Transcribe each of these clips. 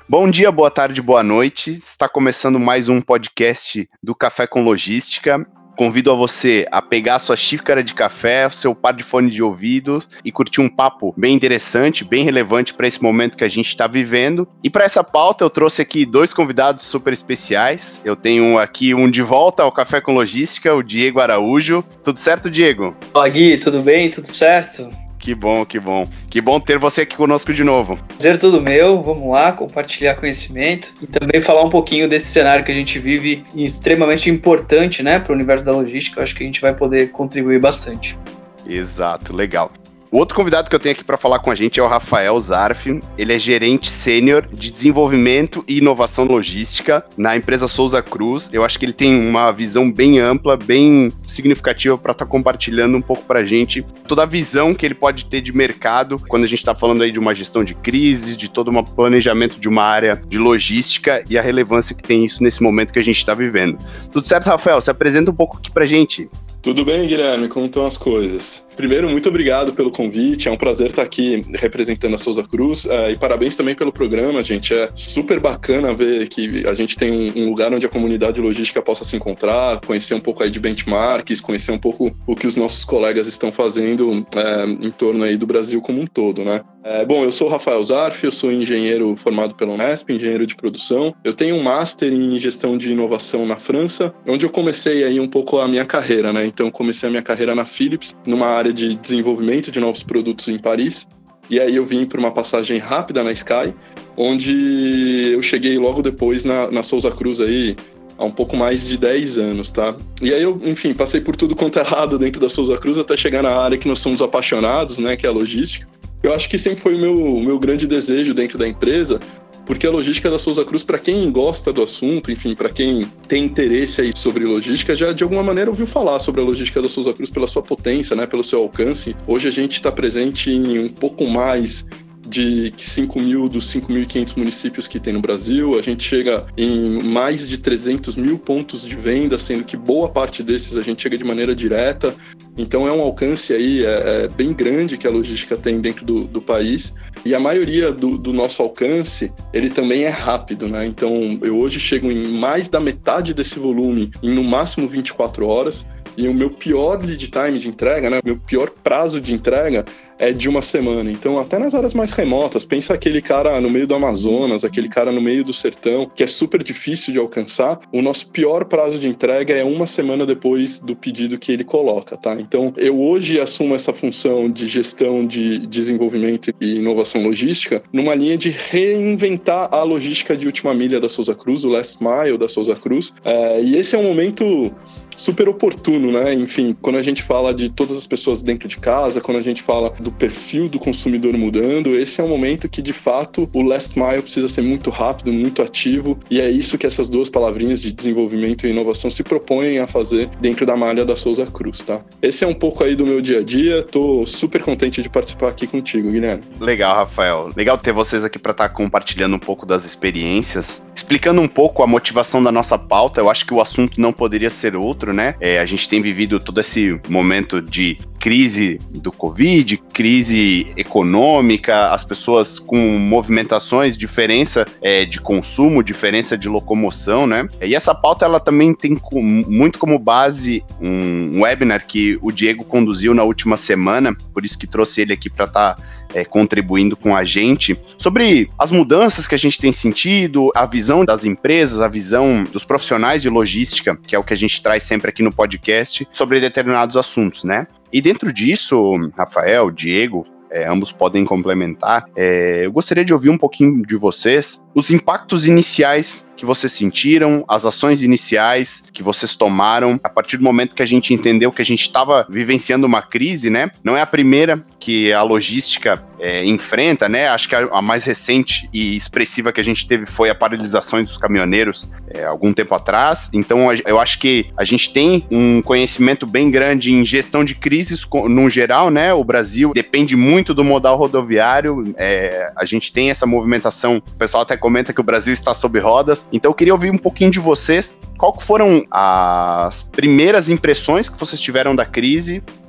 Bom dia, boa tarde, boa noite. Está começando mais um podcast do Café com Logística. Convido a você a pegar a sua xícara de café, o seu par de fone de ouvidos e curtir um papo bem interessante, bem relevante para esse momento que a gente está vivendo. E para essa pauta eu trouxe aqui dois convidados super especiais. Eu tenho aqui um de volta ao Café com Logística, o Diego Araújo. Tudo certo, Diego? Fala, Gui, tudo bem? Tudo certo? Que bom, que bom. Que bom ter você aqui conosco de novo. Prazer tudo meu, vamos lá compartilhar conhecimento e também falar um pouquinho desse cenário que a gente vive extremamente importante, né, para o universo da logística. Eu acho que a gente vai poder contribuir bastante. Exato, legal. O outro convidado que eu tenho aqui para falar com a gente é o Rafael Zarf. Ele é gerente sênior de desenvolvimento e inovação logística na empresa Souza Cruz. Eu acho que ele tem uma visão bem ampla, bem significativa para estar compartilhando um pouco para a gente toda a visão que ele pode ter de mercado quando a gente está falando aí de uma gestão de crises, de todo um planejamento de uma área de logística e a relevância que tem isso nesse momento que a gente está vivendo. Tudo certo, Rafael? Se apresenta um pouco aqui para a gente. Tudo bem, Guilherme? Como estão as coisas? Primeiro, muito obrigado pelo convite, é um prazer estar aqui representando a Souza Cruz e parabéns também pelo programa, gente. É super bacana ver que a gente tem um lugar onde a comunidade logística possa se encontrar, conhecer um pouco aí de benchmarks, conhecer um pouco o que os nossos colegas estão fazendo em torno aí do Brasil como um todo, né? Bom, eu sou o Rafael Zarf, eu sou engenheiro formado pela Unesp, engenheiro de produção. Eu tenho um Master em gestão de inovação na França, onde eu comecei aí um pouco a minha carreira, né? Então, comecei a minha carreira na Philips, numa área de desenvolvimento de novos produtos em Paris. E aí eu vim por uma passagem rápida na Sky, onde eu cheguei logo depois na Souza Cruz aí, há um pouco mais de 10 anos, tá? E aí eu, enfim, passei por tudo quanto é lado dentro da Souza Cruz até chegar na área que nós somos apaixonados, né, que é a logística. Eu acho que sempre foi o meu grande desejo dentro da empresa, porque a logística da Souza Cruz, para quem gosta do assunto, enfim, para quem tem interesse aí sobre logística, já de alguma maneira ouviu falar sobre a logística da Souza Cruz pela sua potência, né, pelo seu alcance. Hoje a gente está presente em um pouco mais de 5 mil dos 5.500 municípios que tem no Brasil. A gente chega em mais de 300 mil pontos de venda, sendo que boa parte desses a gente chega de maneira direta. Então é um alcance aí bem grande que a logística tem dentro do país. E a maioria do nosso alcance, ele também é rápido, né? Então eu hoje chego em mais da metade desse volume em no máximo 24 horas. E o meu pior lead time de entrega, né? Meu pior prazo de entrega é de uma semana. Então, até nas áreas mais remotas, pensa aquele cara no meio do Amazonas, aquele cara no meio do sertão, que é super difícil de alcançar. O nosso pior prazo de entrega é uma semana depois do pedido que ele coloca, tá? Então, eu hoje assumo essa função de gestão de desenvolvimento e inovação logística numa linha de reinventar a logística de última milha da Souza Cruz, o last mile da Souza Cruz. E esse é um momento super oportuno, né? Enfim, quando a gente fala de todas as pessoas dentro de casa, quando a gente fala do perfil do consumidor mudando, esse é um momento que, de fato, o last mile precisa ser muito rápido, muito ativo, e é isso que essas duas palavrinhas de desenvolvimento e inovação se propõem a fazer dentro da malha da Souza Cruz, tá? Esse é um pouco aí do meu dia a dia, tô super contente de participar aqui contigo, Guilherme. Legal, Rafael. Legal ter vocês aqui para estar compartilhando um pouco das experiências, explicando um pouco a motivação da nossa pauta. Eu acho que o assunto não poderia ser outro, né? A gente tem vivido todo esse momento de crise do Covid, crise econômica, as pessoas com movimentações, diferença de consumo, diferença de locomoção, né? E essa pauta, ela também tem muito como base um webinar que o Diego conduziu na última semana, por isso que trouxe ele aqui para estar contribuindo com a gente, sobre as mudanças que a gente tem sentido, a visão das empresas, a visão dos profissionais de logística, que é o que a gente traz sempre aqui no podcast, sobre determinados assuntos, né? E dentro disso, Rafael, Diego, ambos podem complementar, eu gostaria de ouvir um pouquinho de vocês, os impactos iniciais que vocês sentiram, as ações iniciais que vocês tomaram a partir do momento que a gente entendeu que a gente estava vivenciando uma crise, né? Não é a primeira que a logística enfrenta, né? Acho que a mais recente e expressiva que a gente teve foi a paralisação dos caminhoneiros algum tempo atrás. Então, eu acho que a gente tem um conhecimento bem grande em gestão de crises no geral, né? O Brasil depende muito do modal rodoviário, a gente tem essa movimentação, o pessoal até comenta que o Brasil está sob rodas. Então eu queria ouvir um pouquinho de vocês, qual que foram as primeiras impressões que vocês tiveram da crise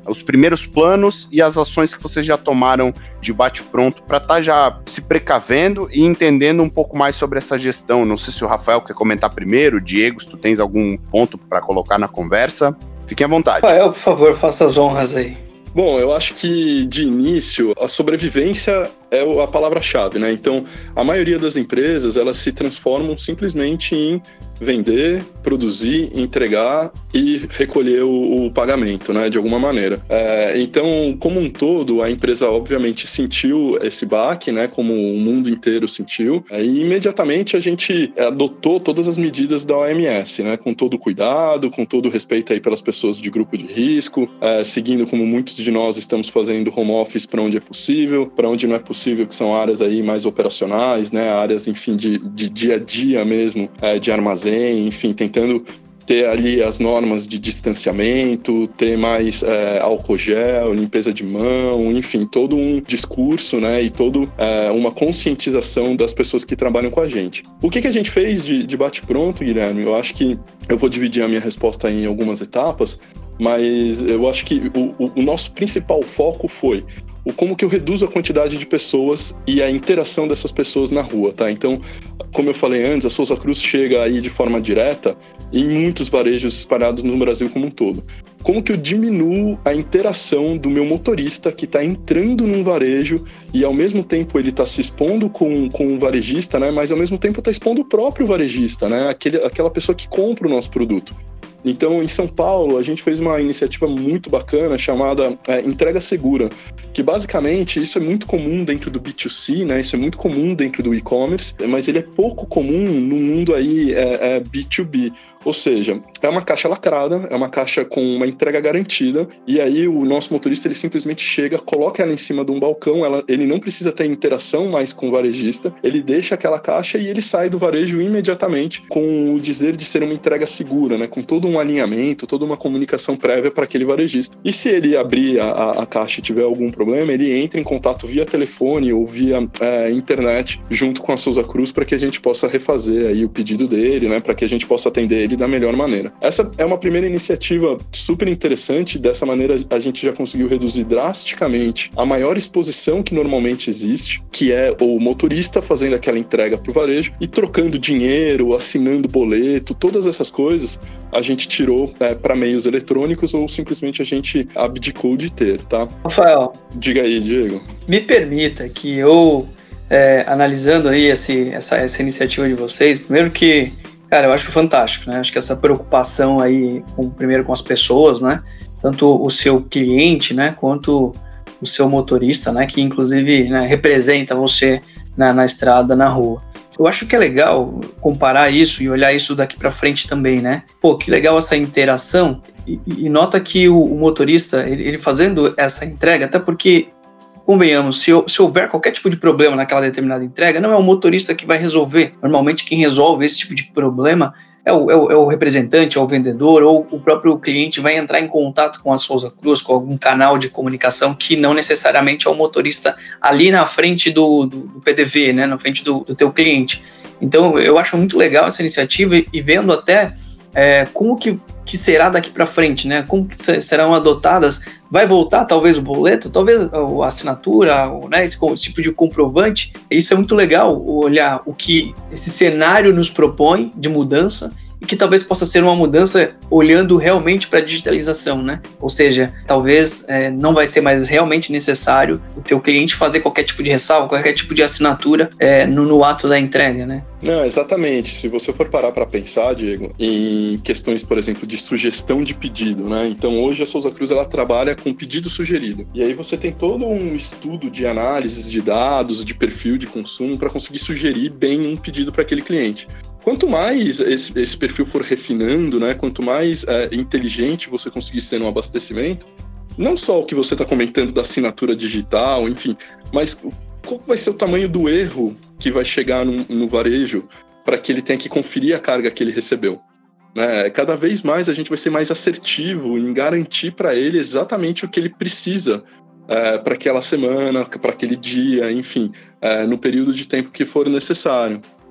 os primeiros planos e as ações que vocês já tomaram de bate-pronto para estar já se precavendo e entendendo um pouco mais sobre essa gestão. Não sei se o Rafael quer comentar primeiro, Diego, se tu tens algum ponto para colocar na conversa, fiquem à vontade. Rafael, por favor, faça as honras aí. Bom, eu acho que de início a sobrevivência é a palavra-chave, né? Então, a maioria das empresas, elas se transformam simplesmente em vender, produzir, entregar e recolher o pagamento, né? De alguma maneira. Então, como um todo, a empresa obviamente sentiu esse baque, né? Como o mundo inteiro sentiu. E imediatamente a gente adotou todas as medidas da OMS, né? Com todo o cuidado, com todo o respeito aí pelas pessoas de grupo de risco, seguindo como muitos de nós estamos fazendo home office para onde é possível, para onde não é possível, que são áreas aí mais operacionais, né? Áreas, enfim, de dia a dia mesmo, de armazém, enfim, tentando ter ali as normas de distanciamento, ter mais álcool gel, limpeza de mão, enfim, todo um discurso, né, e toda uma conscientização das pessoas que trabalham com a gente. O que a gente fez de bate-pronto, Guilherme? Eu acho que eu vou dividir a minha resposta em algumas etapas, mas eu acho que o nosso principal foco foi como que eu reduzo a quantidade de pessoas e a interação dessas pessoas na rua, tá? Então, como eu falei antes, a Souza Cruz chega aí de forma direta em muitos varejos espalhados no Brasil como um todo. Como que eu diminuo a interação do meu motorista que está entrando num varejo e ao mesmo tempo ele está se expondo com o varejista, né? Mas ao mesmo tempo está expondo o próprio varejista, né? Aquela pessoa que compra o nosso produto. Então, em São Paulo, a gente fez uma iniciativa muito bacana chamada Entrega Segura, que basicamente isso é muito comum dentro do B2C, né? Isso é muito comum dentro do e-commerce, mas ele é pouco comum no mundo aí B2B. Ou seja, é uma caixa lacrada, é uma caixa com uma entrega garantida, e aí o nosso motorista ele simplesmente chega, coloca ela em cima de um balcão, ele não precisa ter interação mais com o varejista, ele deixa aquela caixa e ele sai do varejo imediatamente com o dizer de ser uma entrega segura, né? Com todo um alinhamento, toda uma comunicação prévia para aquele varejista. E se ele abrir a caixa e tiver algum problema, ele entra em contato via telefone ou via internet junto com a Souza Cruz para que a gente possa refazer aí o pedido dele, né? Para que a gente possa atender ele da melhor maneira. Essa é uma primeira iniciativa super interessante. Dessa maneira, a gente já conseguiu reduzir drasticamente a maior exposição que normalmente existe, que é o motorista fazendo aquela entrega para o varejo e trocando dinheiro, assinando boleto, todas essas coisas a gente tirou para meios eletrônicos ou simplesmente a gente abdicou de ter, tá? Rafael. Diga aí, Diego. Me permita que eu, analisando aí essa iniciativa de vocês, primeiro que cara, eu acho fantástico, né? Acho que essa preocupação aí, primeiro com as pessoas, né? Tanto o seu cliente, né? Quanto o seu motorista, né? Que inclusive, né, representa você na estrada, na rua. Eu acho que é legal comparar isso e olhar isso daqui para frente também, né? Pô, que legal essa interação. E nota que o motorista, ele fazendo essa entrega, até porque, convenhamos, se houver qualquer tipo de problema naquela determinada entrega, não é o motorista que vai resolver. Normalmente quem resolve esse tipo de problema é o representante, é o vendedor, ou o próprio cliente vai entrar em contato com a Souza Cruz, com algum canal de comunicação que não necessariamente é o motorista ali na frente do PDV, né, na frente do teu cliente. Então eu acho muito legal essa iniciativa e vendo até como que será daqui para frente, né? Como que serão adotadas? Vai voltar talvez o boleto, talvez a assinatura, né? Esse tipo de comprovante. Isso é muito legal, olhar o que esse cenário nos propõe de mudança e que talvez possa ser uma mudança olhando realmente para a digitalização, né? Ou seja, talvez não vai ser mais realmente necessário o teu cliente fazer qualquer tipo de ressalva, qualquer tipo de assinatura no ato da entrega, né? Não, exatamente. Se você for parar para pensar, Diego, em questões, por exemplo, de sugestão de pedido, né? Então, hoje a Souza Cruz, ela trabalha com pedido sugerido. E aí você tem todo um estudo de análises de dados, de perfil de consumo, para conseguir sugerir bem um pedido para aquele cliente. Quanto mais esse perfil for refinando, né? Quanto mais inteligente você conseguir ser no abastecimento, não só o que você está comentando da assinatura digital, enfim, mas qual vai ser o tamanho do erro que vai chegar no varejo para que ele tenha que conferir a carga que ele recebeu. Né? Cada vez mais a gente vai ser mais assertivo em garantir para ele exatamente o que ele precisa para aquela semana, para aquele dia, enfim, no período de tempo que for necessário.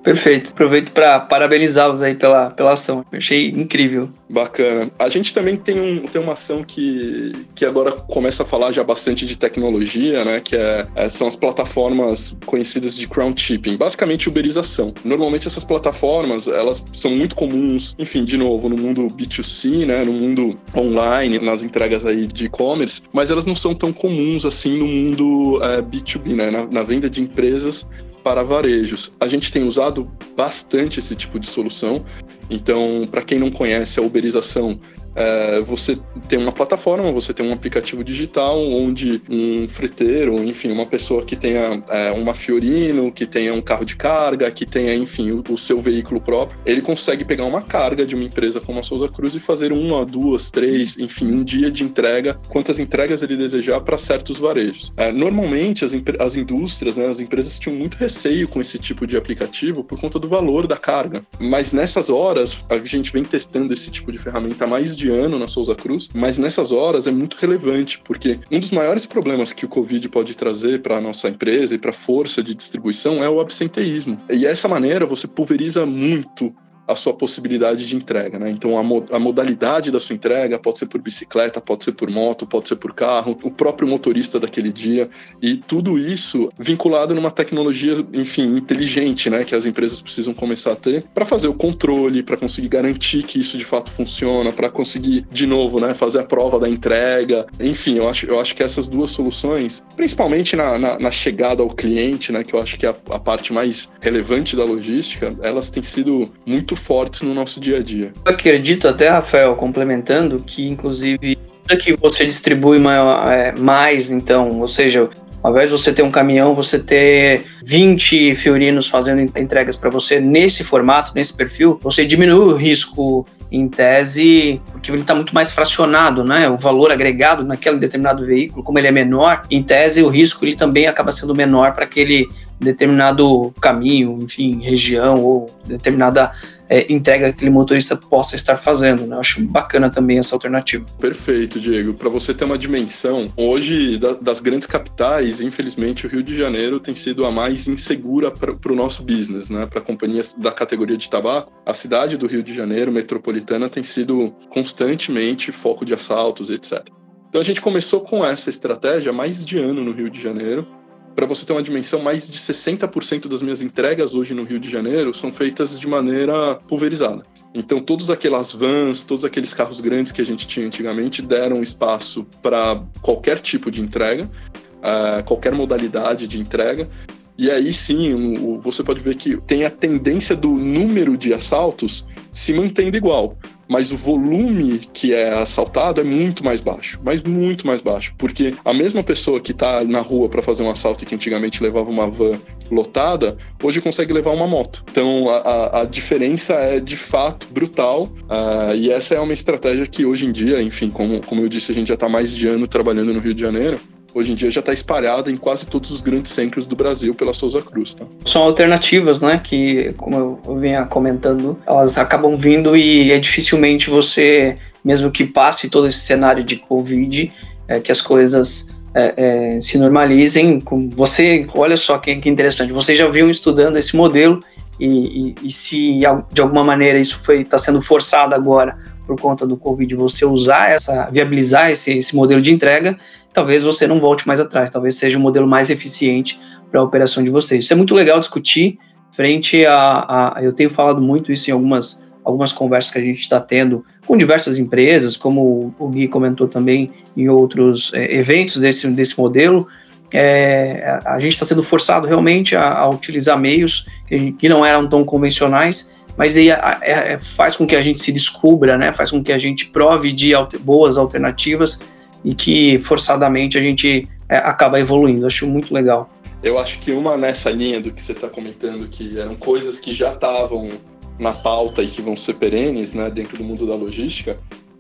Perfeito. Aproveito para parabenizá-los aí pela ação. Eu achei incrível. Bacana. A gente também tem uma ação que agora começa a falar já bastante de tecnologia, né? Que são as plataformas conhecidas de crowdshipping, basicamente uberização. Normalmente essas plataformas, elas são muito comuns, enfim, de novo, no mundo B2C, né? No mundo online, nas entregas aí de e-commerce, mas elas não são tão comuns assim no mundo B2B, né? Na venda de empresas para varejos. A gente tem usado bastante esse tipo de solução. Então, para quem não conhece a uberização, você tem uma plataforma, você tem um aplicativo digital onde um freteiro, enfim, uma pessoa que tenha uma Fiorino, que tenha um carro de carga, que tenha, enfim, o seu veículo próprio, ele consegue pegar uma carga de uma empresa como a Souza Cruz e fazer 1, 2, 3, enfim, um dia de entrega, quantas entregas ele desejar para certos varejos. Normalmente, as indústrias, né, as empresas tinham muito receio com esse tipo de aplicativo por conta do valor da carga, mas nessas horas, a gente vem testando esse tipo de ferramenta há mais de ano na Souza Cruz, mas nessas horas é muito relevante, porque um dos maiores problemas que o Covid pode trazer para a nossa empresa e para a força de distribuição é o absenteísmo. E dessa maneira você pulveriza muito a sua possibilidade de entrega, né? Então a modalidade da sua entrega pode ser por bicicleta, pode ser por moto, pode ser por carro, o próprio motorista daquele dia, e tudo isso vinculado numa tecnologia, enfim, inteligente, né? Que as empresas precisam começar a ter para fazer o controle, para conseguir garantir que isso de fato funciona, para conseguir, de novo, né? Fazer a prova da entrega. Enfim, eu acho que essas duas soluções, principalmente na chegada ao cliente, né? Que eu acho que é a parte mais relevante da logística, elas têm sido muito fortes no nosso dia a dia. Eu acredito até, Rafael, complementando, que inclusive que você distribui mais, então, ou seja, ao invés de você ter um caminhão, você ter 20 Fiorinos fazendo entregas para você nesse formato, nesse perfil, você diminui o risco em tese, porque ele está muito mais fracionado, né? O valor agregado naquele determinado veículo, como ele é menor, em tese o risco ele também acaba sendo menor para aquele determinado caminho, enfim, região ou determinada entrega que aquele motorista possa estar fazendo, né? Eu acho bacana também essa alternativa. Perfeito, Diego. Para você ter uma dimensão, hoje das grandes capitais, infelizmente o Rio de Janeiro tem sido a mais insegura para o nosso business, né? Para companhias da categoria de tabaco, a cidade do Rio de Janeiro, metropolitana, tem sido constantemente foco de assaltos, etc. Então a gente começou com essa estratégia há mais de ano no Rio de Janeiro. Para você ter uma dimensão, mais de 60% das minhas entregas hoje no Rio de Janeiro são feitas de maneira pulverizada. Então, todas aquelas vans, todos aqueles carros grandes que a gente tinha antigamente deram espaço para qualquer tipo de entrega, qualquer modalidade de entrega. E aí sim, você pode ver que tem a tendência do número de assaltos se mantendo igual, mas o volume que é assaltado é muito mais baixo, mas muito mais baixo, porque a mesma pessoa que está na rua para fazer um assalto e que antigamente levava uma van lotada, hoje consegue levar uma moto. Então a diferença é de fato brutal, e essa é uma estratégia que hoje em dia, enfim, como eu disse, a gente já está mais de ano trabalhando no Rio de Janeiro. Hoje em dia já está espalhada em quase todos os grandes centros do Brasil pela Souza Cruz, tá? São alternativas, né, que, como eu vinha comentando, elas acabam vindo e dificilmente você, mesmo que passe todo esse cenário de Covid, que as coisas se normalizem. Você, olha só que interessante, vocês já vinham estudando esse modelo e se de alguma maneira isso está sendo forçado agora por conta do Covid, você viabilizar esse modelo de entrega, talvez você não volte mais atrás, talvez seja o modelo mais eficiente para a operação de vocês. Isso é muito legal discutir frente eu tenho falado muito isso em algumas conversas que a gente está tendo com diversas empresas, como o Gui comentou também em outros eventos desse modelo. A gente está sendo forçado realmente a utilizar meios que não eram tão convencionais, mas aí faz com que a gente se descubra, né? Faz com que a gente prove de boas alternativas e que forçadamente a gente acaba evoluindo. Acho muito legal. Eu acho que nessa linha do que você está comentando, que eram coisas que já estavam na pauta e que vão ser perenes, né, dentro do mundo da logística,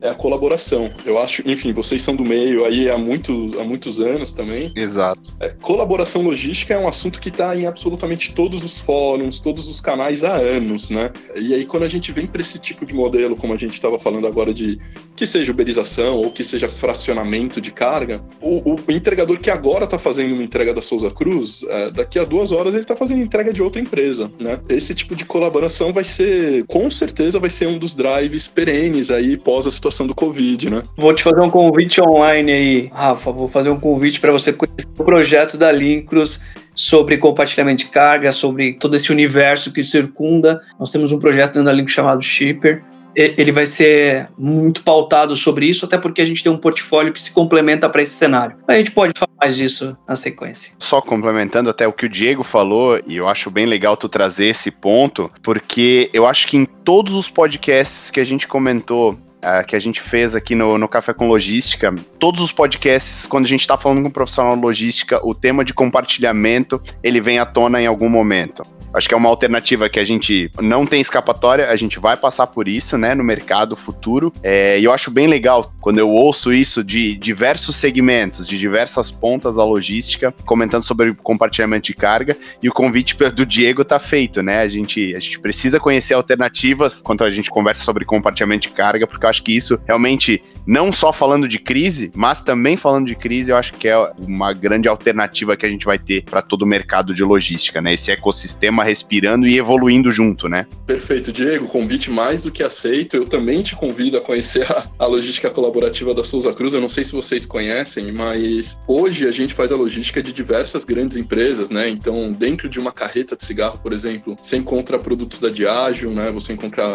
é a colaboração. Eu acho, enfim, vocês são do meio aí há muitos anos também. Exato. Colaboração logística é um assunto que está em absolutamente todos os fóruns, todos os canais há anos, né? E aí quando a gente vem para esse tipo de modelo, como a gente estava falando agora, de que seja uberização ou que seja fracionamento de carga, o entregador que agora está fazendo uma entrega da Souza Cruz, daqui a 2 horas ele está fazendo entrega de outra empresa, né? Esse tipo de colaboração vai ser, com certeza, vai ser um dos drives perenes aí pós a situação do Covid, né? Vou te fazer um convite online aí, Rafa. Vou fazer um convite para você conhecer o projeto da Lincros sobre compartilhamento de carga, sobre todo esse universo que circunda. Nós temos um projeto dentro da Lincros chamado Shipper. Ele vai ser muito pautado sobre isso, até porque a gente tem um portfólio que se complementa para esse cenário. A gente pode falar mais disso na sequência. Só complementando até o que o Diego falou, e eu acho bem legal tu trazer esse ponto, porque eu acho que em todos os podcasts que a gente comentou, que a gente fez aqui no Café com Logística, todos os podcasts, quando a gente está falando com um profissional de logística, o tema de compartilhamento, ele vem à tona em algum momento. Acho que é uma alternativa que a gente não tem escapatória, a gente vai passar por isso, né, no mercado futuro. E eu acho bem legal quando eu ouço isso de diversos segmentos, de diversas pontas da logística, comentando sobre compartilhamento de carga, e o convite do Diego tá feito, né? A gente precisa conhecer alternativas quando a gente conversa sobre compartilhamento de carga, porque eu acho que isso realmente, não só falando de crise, mas também falando de crise, eu acho que é uma grande alternativa que a gente vai ter para todo o mercado de logística, né? Esse ecossistema respirando e evoluindo junto, né? Perfeito, Diego, convite mais do que aceito. Eu também te convido a conhecer a logística colaborativa da Souza Cruz. Eu não sei se vocês conhecem, mas hoje a gente faz a logística de diversas grandes empresas, né? Então, dentro de uma carreta de cigarro, por exemplo, você encontra produtos da Diageo, né? Você encontra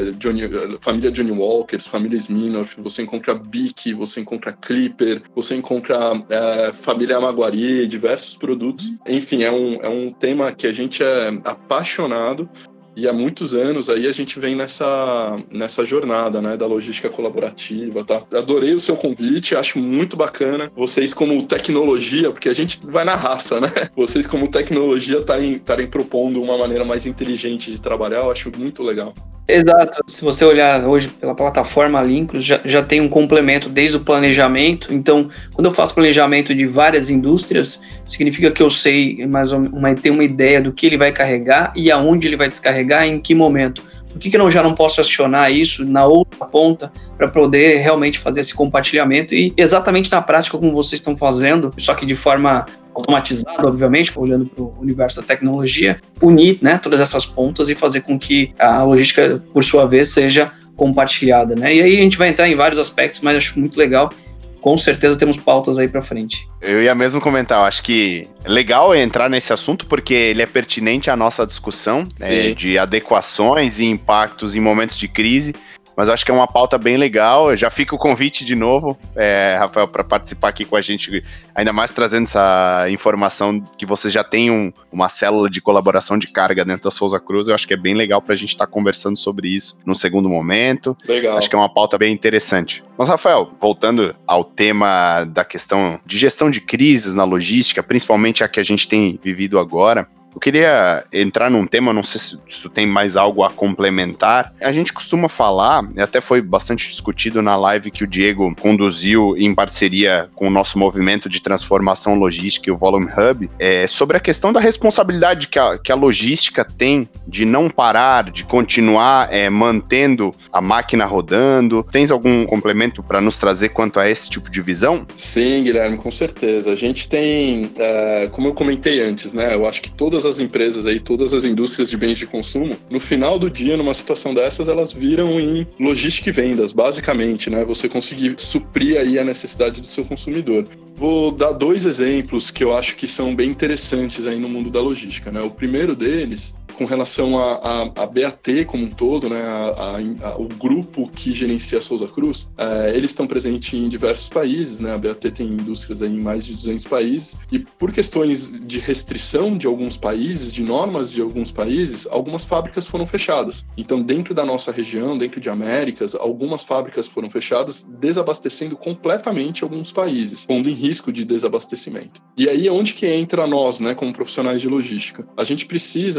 família Johnny Walkers, família Smirnoff, você encontra Bic, você encontra Clipper, você encontra família Amaguari, diversos produtos. Enfim, é um tema que a gente é apaixonado, e há muitos anos aí a gente vem nessa jornada, né, da logística colaborativa, tá? Adorei o seu convite, acho muito bacana vocês como tecnologia, porque a gente vai na raça, né? Vocês como tecnologia estarem propondo uma maneira mais inteligente de trabalhar, eu acho muito legal. Exato. Se você olhar hoje pela plataforma Lincros, já tem um complemento desde o planejamento. Então, quando eu faço planejamento de várias indústrias, significa que eu sei tenho uma ideia do que ele vai carregar e aonde ele vai descarregar e em que momento. Por que eu já não posso acionar isso na outra ponta para poder realmente fazer esse compartilhamento e exatamente na prática como vocês estão fazendo, só que de forma automatizada, obviamente, olhando para o universo da tecnologia, unir, né, todas essas pontas e fazer com que a logística, por sua vez, seja compartilhada, né? E aí a gente vai entrar em vários aspectos, mas acho muito legal. Com certeza temos pautas aí para frente. Eu ia mesmo comentar, eu acho que é legal entrar nesse assunto porque ele é pertinente à nossa discussão, de adequações e impactos em momentos de crise, mas eu acho que é uma pauta bem legal. Já fica o convite de novo, Rafael, para participar aqui com a gente, ainda mais trazendo essa informação que você já tem uma célula de colaboração de carga dentro da Souza Cruz. Eu acho que é bem legal para a gente estar conversando sobre isso num segundo momento. Legal. Acho que é uma pauta bem interessante. Mas, Rafael, voltando ao tema da questão de gestão de crises na logística, principalmente a que a gente tem vivido agora, eu queria entrar num tema, não sei se tu tem mais algo a complementar. A gente costuma falar, e até foi bastante discutido na live que o Diego conduziu em parceria com o nosso movimento de transformação logística e o Volume Hub, sobre a questão da responsabilidade que a logística tem de não parar, de continuar mantendo a máquina rodando. Tens algum complemento para nos trazer quanto a esse tipo de visão? Sim, Guilherme, com certeza. A gente tem, como eu comentei antes, né? Eu acho que todas as empresas aí, todas as indústrias de bens de consumo, no final do dia, numa situação dessas, elas viram em logística e vendas, basicamente, né? Você conseguir suprir aí a necessidade do seu consumidor. Vou dar 2 exemplos que eu acho que são bem interessantes aí no mundo da logística, né? O primeiro deles, com relação a BAT como um todo, né? O grupo que gerencia a Souza Cruz, eles estão presentes em diversos países, né? A BAT tem indústrias aí em mais de 200 países, e por questões de restrição de alguns países, de normas de alguns países, algumas fábricas foram fechadas. Então, dentro da nossa região, dentro de Américas, algumas fábricas foram fechadas, desabastecendo completamente alguns países, pondo em risco de desabastecimento. E aí é onde que entra nós, né, como profissionais de logística. A gente precisa realocar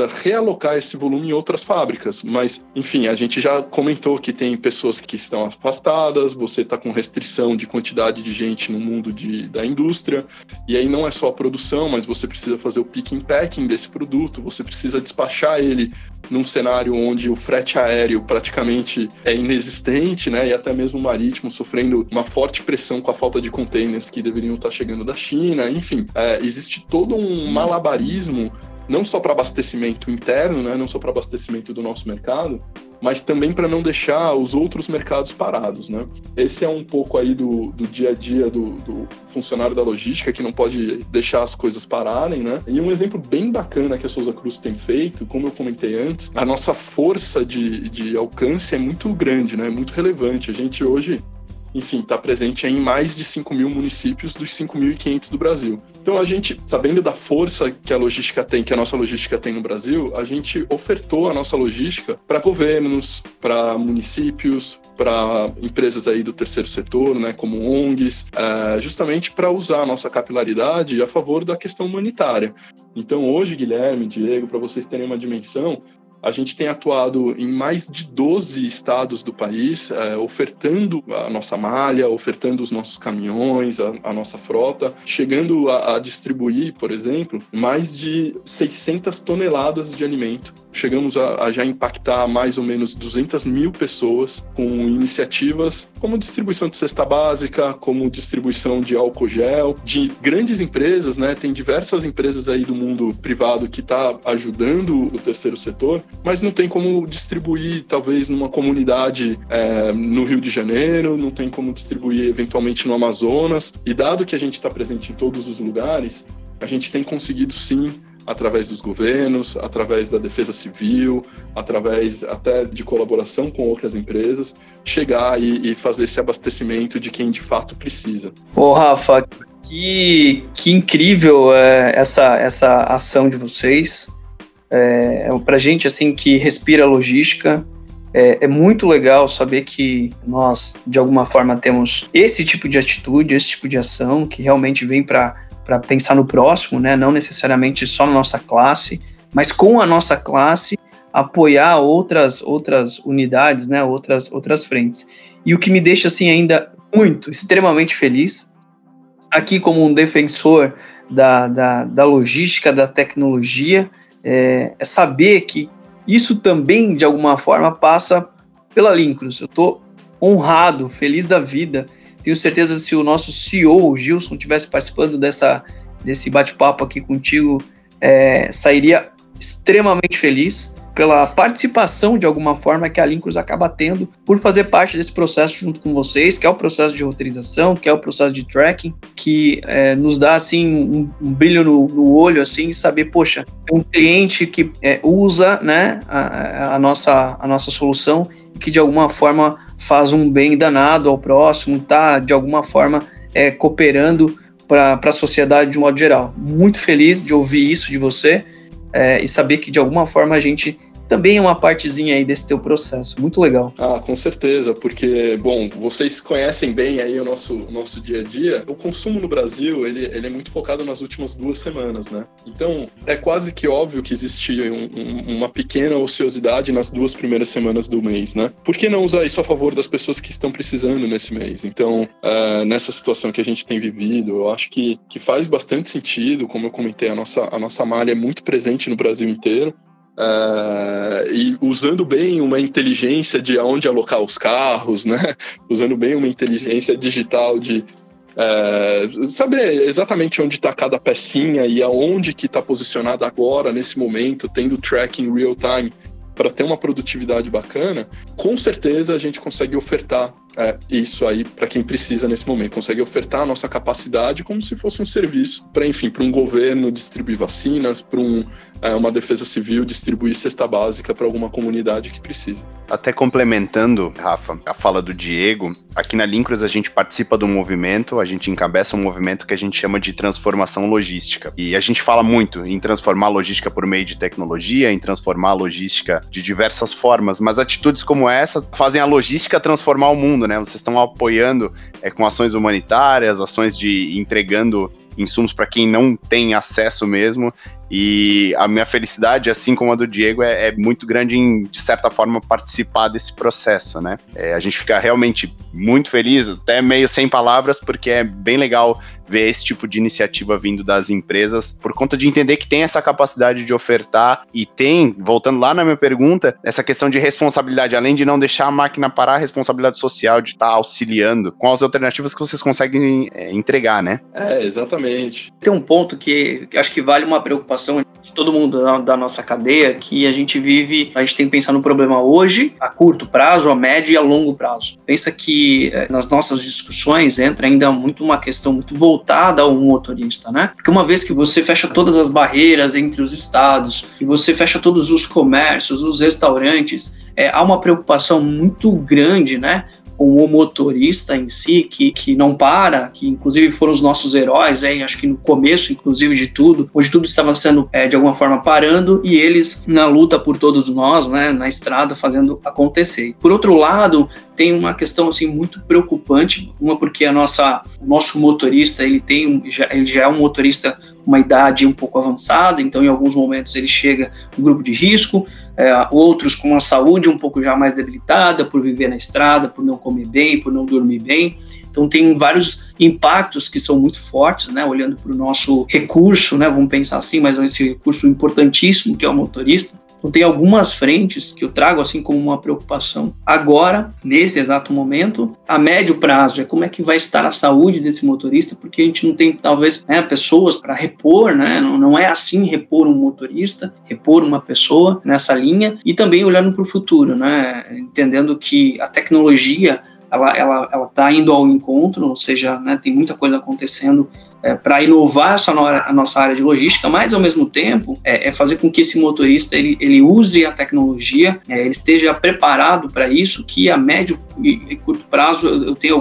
realocar esse volume em outras fábricas. Mas, enfim, a gente já comentou que tem pessoas que estão afastadas, você está com restrição de quantidade de gente no mundo da indústria, e aí não é só a produção, mas você precisa fazer o picking and packing desse produto, você precisa despachar ele num cenário onde o frete aéreo praticamente é inexistente, né, e até mesmo o marítimo sofrendo uma forte pressão com a falta de containers que deveriam estar chegando da China. Enfim, existe todo um malabarismo, não só para abastecimento interno, né, não só para abastecimento do nosso mercado, mas também para não deixar os outros mercados parados, né? Esse é um pouco aí do dia a dia do funcionário da logística, que não pode deixar as coisas pararem, né? E um exemplo bem bacana que a Souza Cruz tem feito, como eu comentei antes, a nossa força de alcance é muito grande, né? Muito relevante. A gente hoje, enfim, está presente em mais de 5.000 municípios dos 5.500 do Brasil. Então, a gente, sabendo da força que a logística tem, que a nossa logística tem no Brasil, a gente ofertou a nossa logística para governos, para municípios, para empresas aí do terceiro setor, né, como ONGs, justamente para usar a nossa capilaridade a favor da questão humanitária. Então, hoje, Guilherme, Diego, para vocês terem uma dimensão, a gente tem atuado em mais de 12 estados do país, ofertando a nossa malha, ofertando os nossos caminhões, a nossa frota, chegando a distribuir, por exemplo, mais de 600 toneladas de alimento. Chegamos a já impactar mais ou menos 200 mil pessoas com iniciativas como distribuição de cesta básica, como distribuição de álcool gel, de grandes empresas, né? Tem diversas empresas aí do mundo privado que está ajudando o terceiro setor, mas não tem como distribuir, talvez, numa comunidade no Rio de Janeiro, não tem como distribuir, eventualmente, no Amazonas. E dado que a gente está presente em todos os lugares, a gente tem conseguido, sim, através dos governos, através da defesa civil, através até de colaboração com outras empresas, chegar e fazer esse abastecimento de quem de fato precisa. Ô, Rafa, que incrível essa ação de vocês. Pra gente, assim, que respira logística, é muito legal saber que nós, de alguma forma, temos esse tipo de atitude, esse tipo de ação, que realmente vem para pensar no próximo, né? Não necessariamente só na nossa classe, mas com a nossa classe apoiar outras unidades, né? Outras frentes. E o que me deixa assim ainda extremamente feliz, aqui como um defensor da logística, da tecnologia, é saber que isso também, de alguma forma, passa pela Lincros. Eu estou honrado, feliz da vida. Tenho certeza que se o nosso CEO, o Gilson, estivesse participando desse bate-papo aqui contigo, sairia extremamente feliz pela participação, de alguma forma, que a Lincros acaba tendo por fazer parte desse processo junto com vocês, que é o processo de roteirização, que é o processo de tracking, que nos dá, assim, um brilho no olho, assim, saber, poxa, é um cliente que usa, né, a nossa solução e que, de alguma forma, faz um bem danado ao próximo, tá, de alguma forma, cooperando para a sociedade de um modo geral. Muito feliz de ouvir isso de você e saber que, de alguma forma, a gente também é uma partezinha aí desse teu processo. Muito legal. Ah, com certeza, porque, bom, vocês conhecem bem aí o nosso dia a dia. O consumo no Brasil, ele é muito focado nas últimas 2 semanas, né? Então, é quase que óbvio que existe uma pequena ociosidade nas 2 primeiras semanas do mês, né? Por que não usar isso a favor das pessoas que estão precisando nesse mês? Então, nessa situação que a gente tem vivido, eu acho que faz bastante sentido. Como eu comentei, a nossa malha é muito presente no Brasil inteiro. E usando bem uma inteligência de aonde alocar os carros, né? Usando bem uma inteligência digital de saber exatamente onde está cada pecinha e aonde que está posicionada agora, nesse momento, tendo tracking real time para ter uma produtividade bacana, com certeza a gente consegue ofertar isso aí para quem precisa nesse momento, consegue ofertar a nossa capacidade como se fosse um serviço para um governo distribuir vacinas, para uma defesa civil distribuir cesta básica para alguma comunidade que precisa. Até complementando, Rafa, a fala do Diego, aqui na Lincros a gente participa do movimento, a gente encabeça um movimento que a gente chama de transformação logística. E a gente fala muito em transformar a logística por meio de tecnologia, em transformar a logística de diversas formas, mas atitudes como essa fazem a logística transformar o mundo, né? Vocês estão apoiando com ações humanitárias, ações de entregando insumos para quem não tem acesso mesmo. E a minha felicidade, assim como a do Diego, é muito grande em, de certa forma, participar desse processo, né? A gente fica realmente muito feliz, até meio sem palavras, porque é bem legal ver esse tipo de iniciativa vindo das empresas, por conta de entender que tem essa capacidade de ofertar e tem, voltando lá na minha pergunta, essa questão de responsabilidade, além de não deixar a máquina parar, a responsabilidade social de estar auxiliando com as alternativas que vocês conseguem entregar, né? Exatamente. Tem um ponto que acho que vale uma preocupação de todo mundo da nossa cadeia, que a gente tem que pensar no problema hoje, a curto prazo, a médio e a longo prazo. Pensa que nas nossas discussões entra ainda muito uma questão muito voltada ao motorista, né? Porque uma vez que você fecha todas as barreiras entre os estados, que você fecha todos os comércios, os restaurantes, há uma preocupação muito grande, né, com o motorista em si, que não para, que inclusive foram os nossos heróis, acho que no começo, inclusive, de tudo, onde tudo estava sendo, de alguma forma, parando, e eles na luta por todos nós, né, na estrada, fazendo acontecer. Por outro lado, tem uma questão, assim, muito preocupante, uma porque o nosso motorista, ele já é um motorista uma idade um pouco avançada, então em alguns momentos ele chega no grupo de risco, outros com uma saúde um pouco já mais debilitada por viver na estrada, por não comer bem, por não dormir bem. Então tem vários impactos que são muito fortes, né, olhando para o nosso recurso, né, vamos pensar assim, mas esse recurso importantíssimo que é o motorista. Então tem algumas frentes que eu trago assim como uma preocupação agora, nesse exato momento. A médio prazo como é que vai estar a saúde desse motorista, porque a gente não tem talvez pessoas para repor, né? Não é assim repor um motorista, repor uma pessoa nessa linha, e também olhando para o futuro, né? Entendendo que a tecnologia ela está indo ao encontro, ou seja, né, tem muita coisa acontecendo para inovar a nossa área de logística, mas ao mesmo tempo fazer com que esse motorista ele use a tecnologia, ele esteja preparado para isso, que a médio e curto prazo eu tenho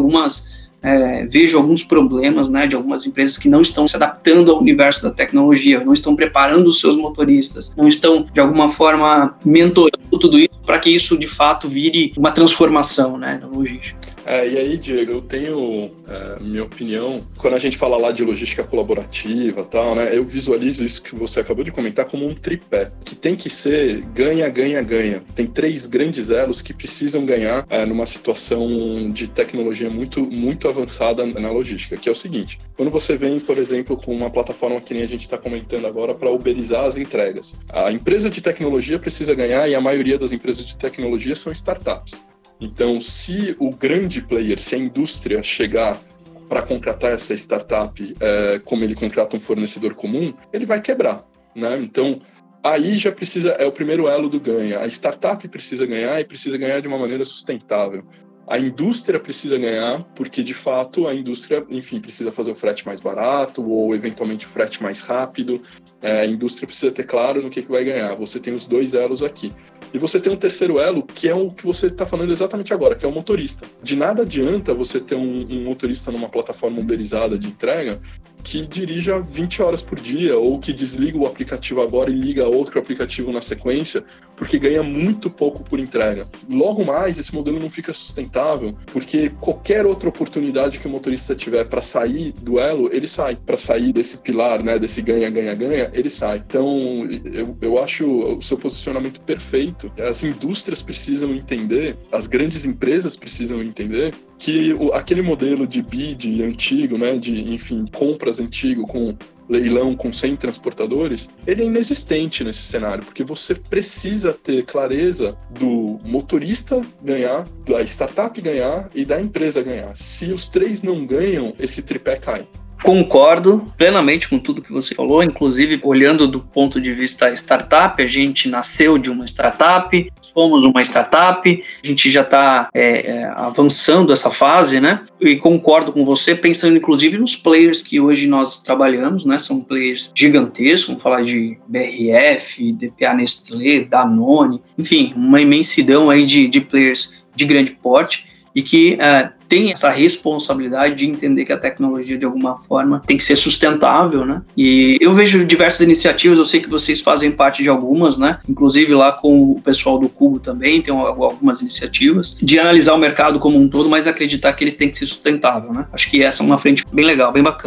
vejo alguns problemas, né, de algumas empresas que não estão se adaptando ao universo da tecnologia, não estão preparando os seus motoristas, não estão, de alguma forma, mentorando tudo isso para que isso, de fato, vire uma transformação, né, na logística. E aí, Diego, eu tenho minha opinião, quando a gente fala lá de logística colaborativa e tal, né, eu visualizo isso que você acabou de comentar como um tripé, que tem que ser ganha, ganha, ganha. Tem 3 grandes elos que precisam ganhar numa situação de tecnologia muito, muito avançada na logística, que é o seguinte: quando você vem, por exemplo, com uma plataforma que nem a gente está comentando agora para uberizar as entregas, a empresa de tecnologia precisa ganhar, e a maioria das empresas de tecnologia são startups. Então, se o grande player, se a indústria chegar para contratar essa startup como ele contrata um fornecedor comum, ele vai quebrar, né? Então, aí já é o primeiro elo do ganha. A startup precisa ganhar, e precisa ganhar de uma maneira sustentável. A indústria precisa ganhar, porque de fato a indústria, enfim, precisa fazer o frete mais barato ou eventualmente o frete mais rápido. A indústria precisa ter claro no que vai ganhar. Você tem os 2 elos aqui. E você tem um terceiro elo, que é o que você está falando exatamente agora, que é o motorista. De nada adianta você ter um motorista numa plataforma uberizada de entrega que dirija 20 horas por dia, ou que desliga o aplicativo agora e liga outro aplicativo na sequência, porque ganha muito pouco por entrega. Logo mais, esse modelo não fica sustentável, porque qualquer outra oportunidade que o motorista tiver para sair do elo, ele sai. Para sair desse pilar, né, desse ganha, ganha, ganha, ele sai. Então, eu acho o seu posicionamento perfeito. As indústrias precisam entender, as grandes empresas precisam entender que aquele modelo de bid antigo, né, de, enfim, compras antigo com leilão com 100 transportadores, ele é inexistente nesse cenário, porque você precisa ter clareza do motorista ganhar, da startup ganhar e da empresa ganhar. Se os 3 não ganham, esse tripé cai. Concordo plenamente com tudo que você falou, inclusive olhando do ponto de vista startup, a gente nasceu de uma startup, somos uma startup, a gente já está avançando essa fase, né? E concordo com você, pensando inclusive nos players que hoje nós trabalhamos, né? São players gigantescos, vamos falar de BRF, DPA Nestlé, Danone, enfim, uma imensidão aí de players de grande porte, e que tem essa responsabilidade de entender que a tecnologia, de alguma forma, tem que ser sustentável, né? E eu vejo diversas iniciativas, eu sei que vocês fazem parte de algumas, né? Inclusive lá com o pessoal do Cubo também, tem algumas iniciativas, de analisar o mercado como um todo, mas acreditar que eles têm que ser sustentável, né? Acho que essa é uma frente bem legal, bem bacana.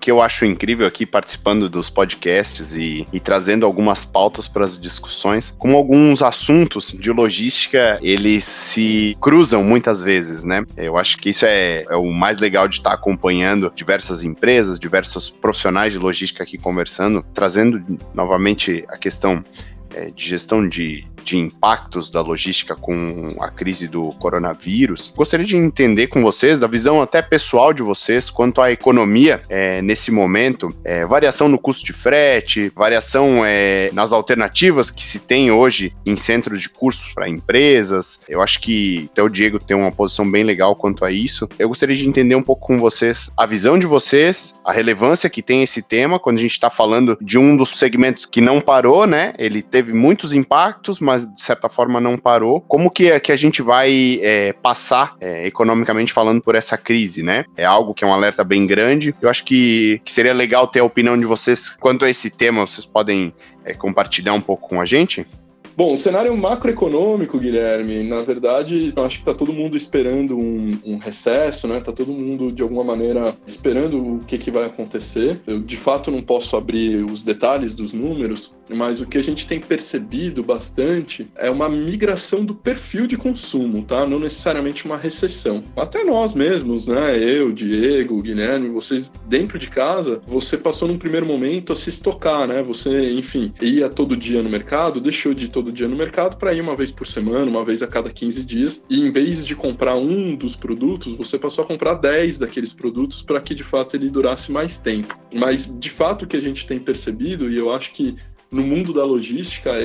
que eu acho incrível aqui participando dos podcasts e trazendo algumas pautas para as discussões, como alguns assuntos de logística, eles se cruzam muitas vezes, né? Eu acho que isso é o mais legal de estar acompanhando diversas empresas, diversos profissionais de logística aqui conversando, trazendo novamente a questão de gestão de impactos da logística com a crise do coronavírus. Gostaria de entender com vocês, da visão até pessoal de vocês, quanto à economia nesse momento, variação no custo de frete, variação nas alternativas que se tem hoje em centros de cursos para empresas. Eu acho que até o Diego tem uma posição bem legal quanto a isso. Eu gostaria de entender um pouco com vocês a visão de vocês, a relevância que tem esse tema, quando a gente está falando de um dos segmentos que não parou, né? Ele teve muitos impactos, mas de certa forma não parou. Como que a gente vai passar, economicamente falando, por essa crise, né? É algo que é um alerta bem grande. Eu acho que seria legal ter a opinião de vocês quanto a esse tema. Vocês podem compartilhar um pouco com a gente? Bom, o cenário macroeconômico, Guilherme, na verdade, eu acho que está todo mundo esperando um recesso, né? Está todo mundo, de alguma maneira, esperando o que vai acontecer. Eu, de fato, não posso abrir os detalhes dos números, mas o que a gente tem percebido bastante é uma migração do perfil de consumo, tá? Não necessariamente uma recessão. Até nós mesmos, né? Eu, Diego, Guilherme, vocês dentro de casa, você passou num primeiro momento a se estocar, né? Você, enfim, ia todo dia no mercado, deixou de ir todo dia no mercado para ir uma vez por semana, uma vez a cada 15 dias, e em vez de comprar um dos produtos, você passou a comprar 10 daqueles produtos para que de fato ele durasse mais tempo. Mas de fato o que a gente tem percebido, e eu acho que no mundo da logística,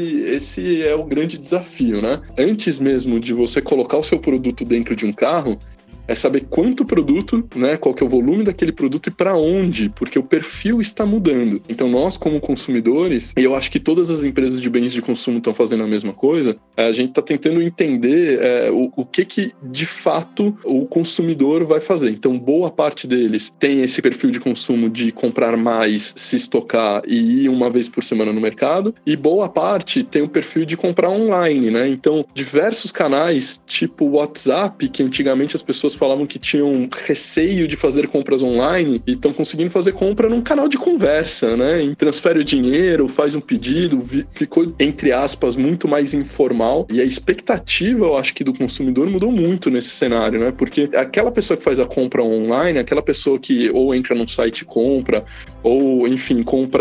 esse é o grande desafio, né? Antes mesmo de você colocar o seu produto dentro de um carro, é saber quanto produto, né, qual que é o volume daquele produto e para onde, porque o perfil está mudando. Então nós, como consumidores, e eu acho que todas as empresas de bens de consumo estão fazendo a mesma coisa, a gente está tentando entender o que de fato o consumidor vai fazer. Então boa parte deles tem esse perfil de consumo de comprar mais, se estocar e ir uma vez por semana no mercado, e boa parte tem o perfil de comprar online, né? Então diversos canais, tipo WhatsApp, que antigamente as pessoas falavam que tinham receio de fazer compras online e estão conseguindo fazer compra num canal de conversa, né? Transfere o dinheiro, faz um pedido, ficou, entre aspas, muito mais informal, e a expectativa, eu acho que do consumidor mudou muito nesse cenário, né? Porque aquela pessoa que faz a compra online, aquela pessoa que ou entra num site e compra, ou, enfim, compra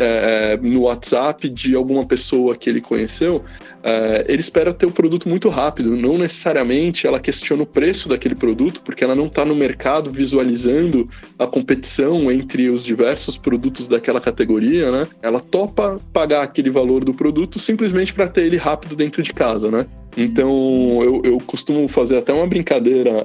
no WhatsApp de alguma pessoa que ele conheceu, ele espera ter o produto muito rápido, não necessariamente ela questiona o preço daquele produto, porque ela não está no mercado visualizando a competição entre os diversos produtos daquela categoria, né? Ela topa pagar aquele valor do produto simplesmente para ter ele rápido dentro de casa, né? Então, eu costumo fazer até uma brincadeira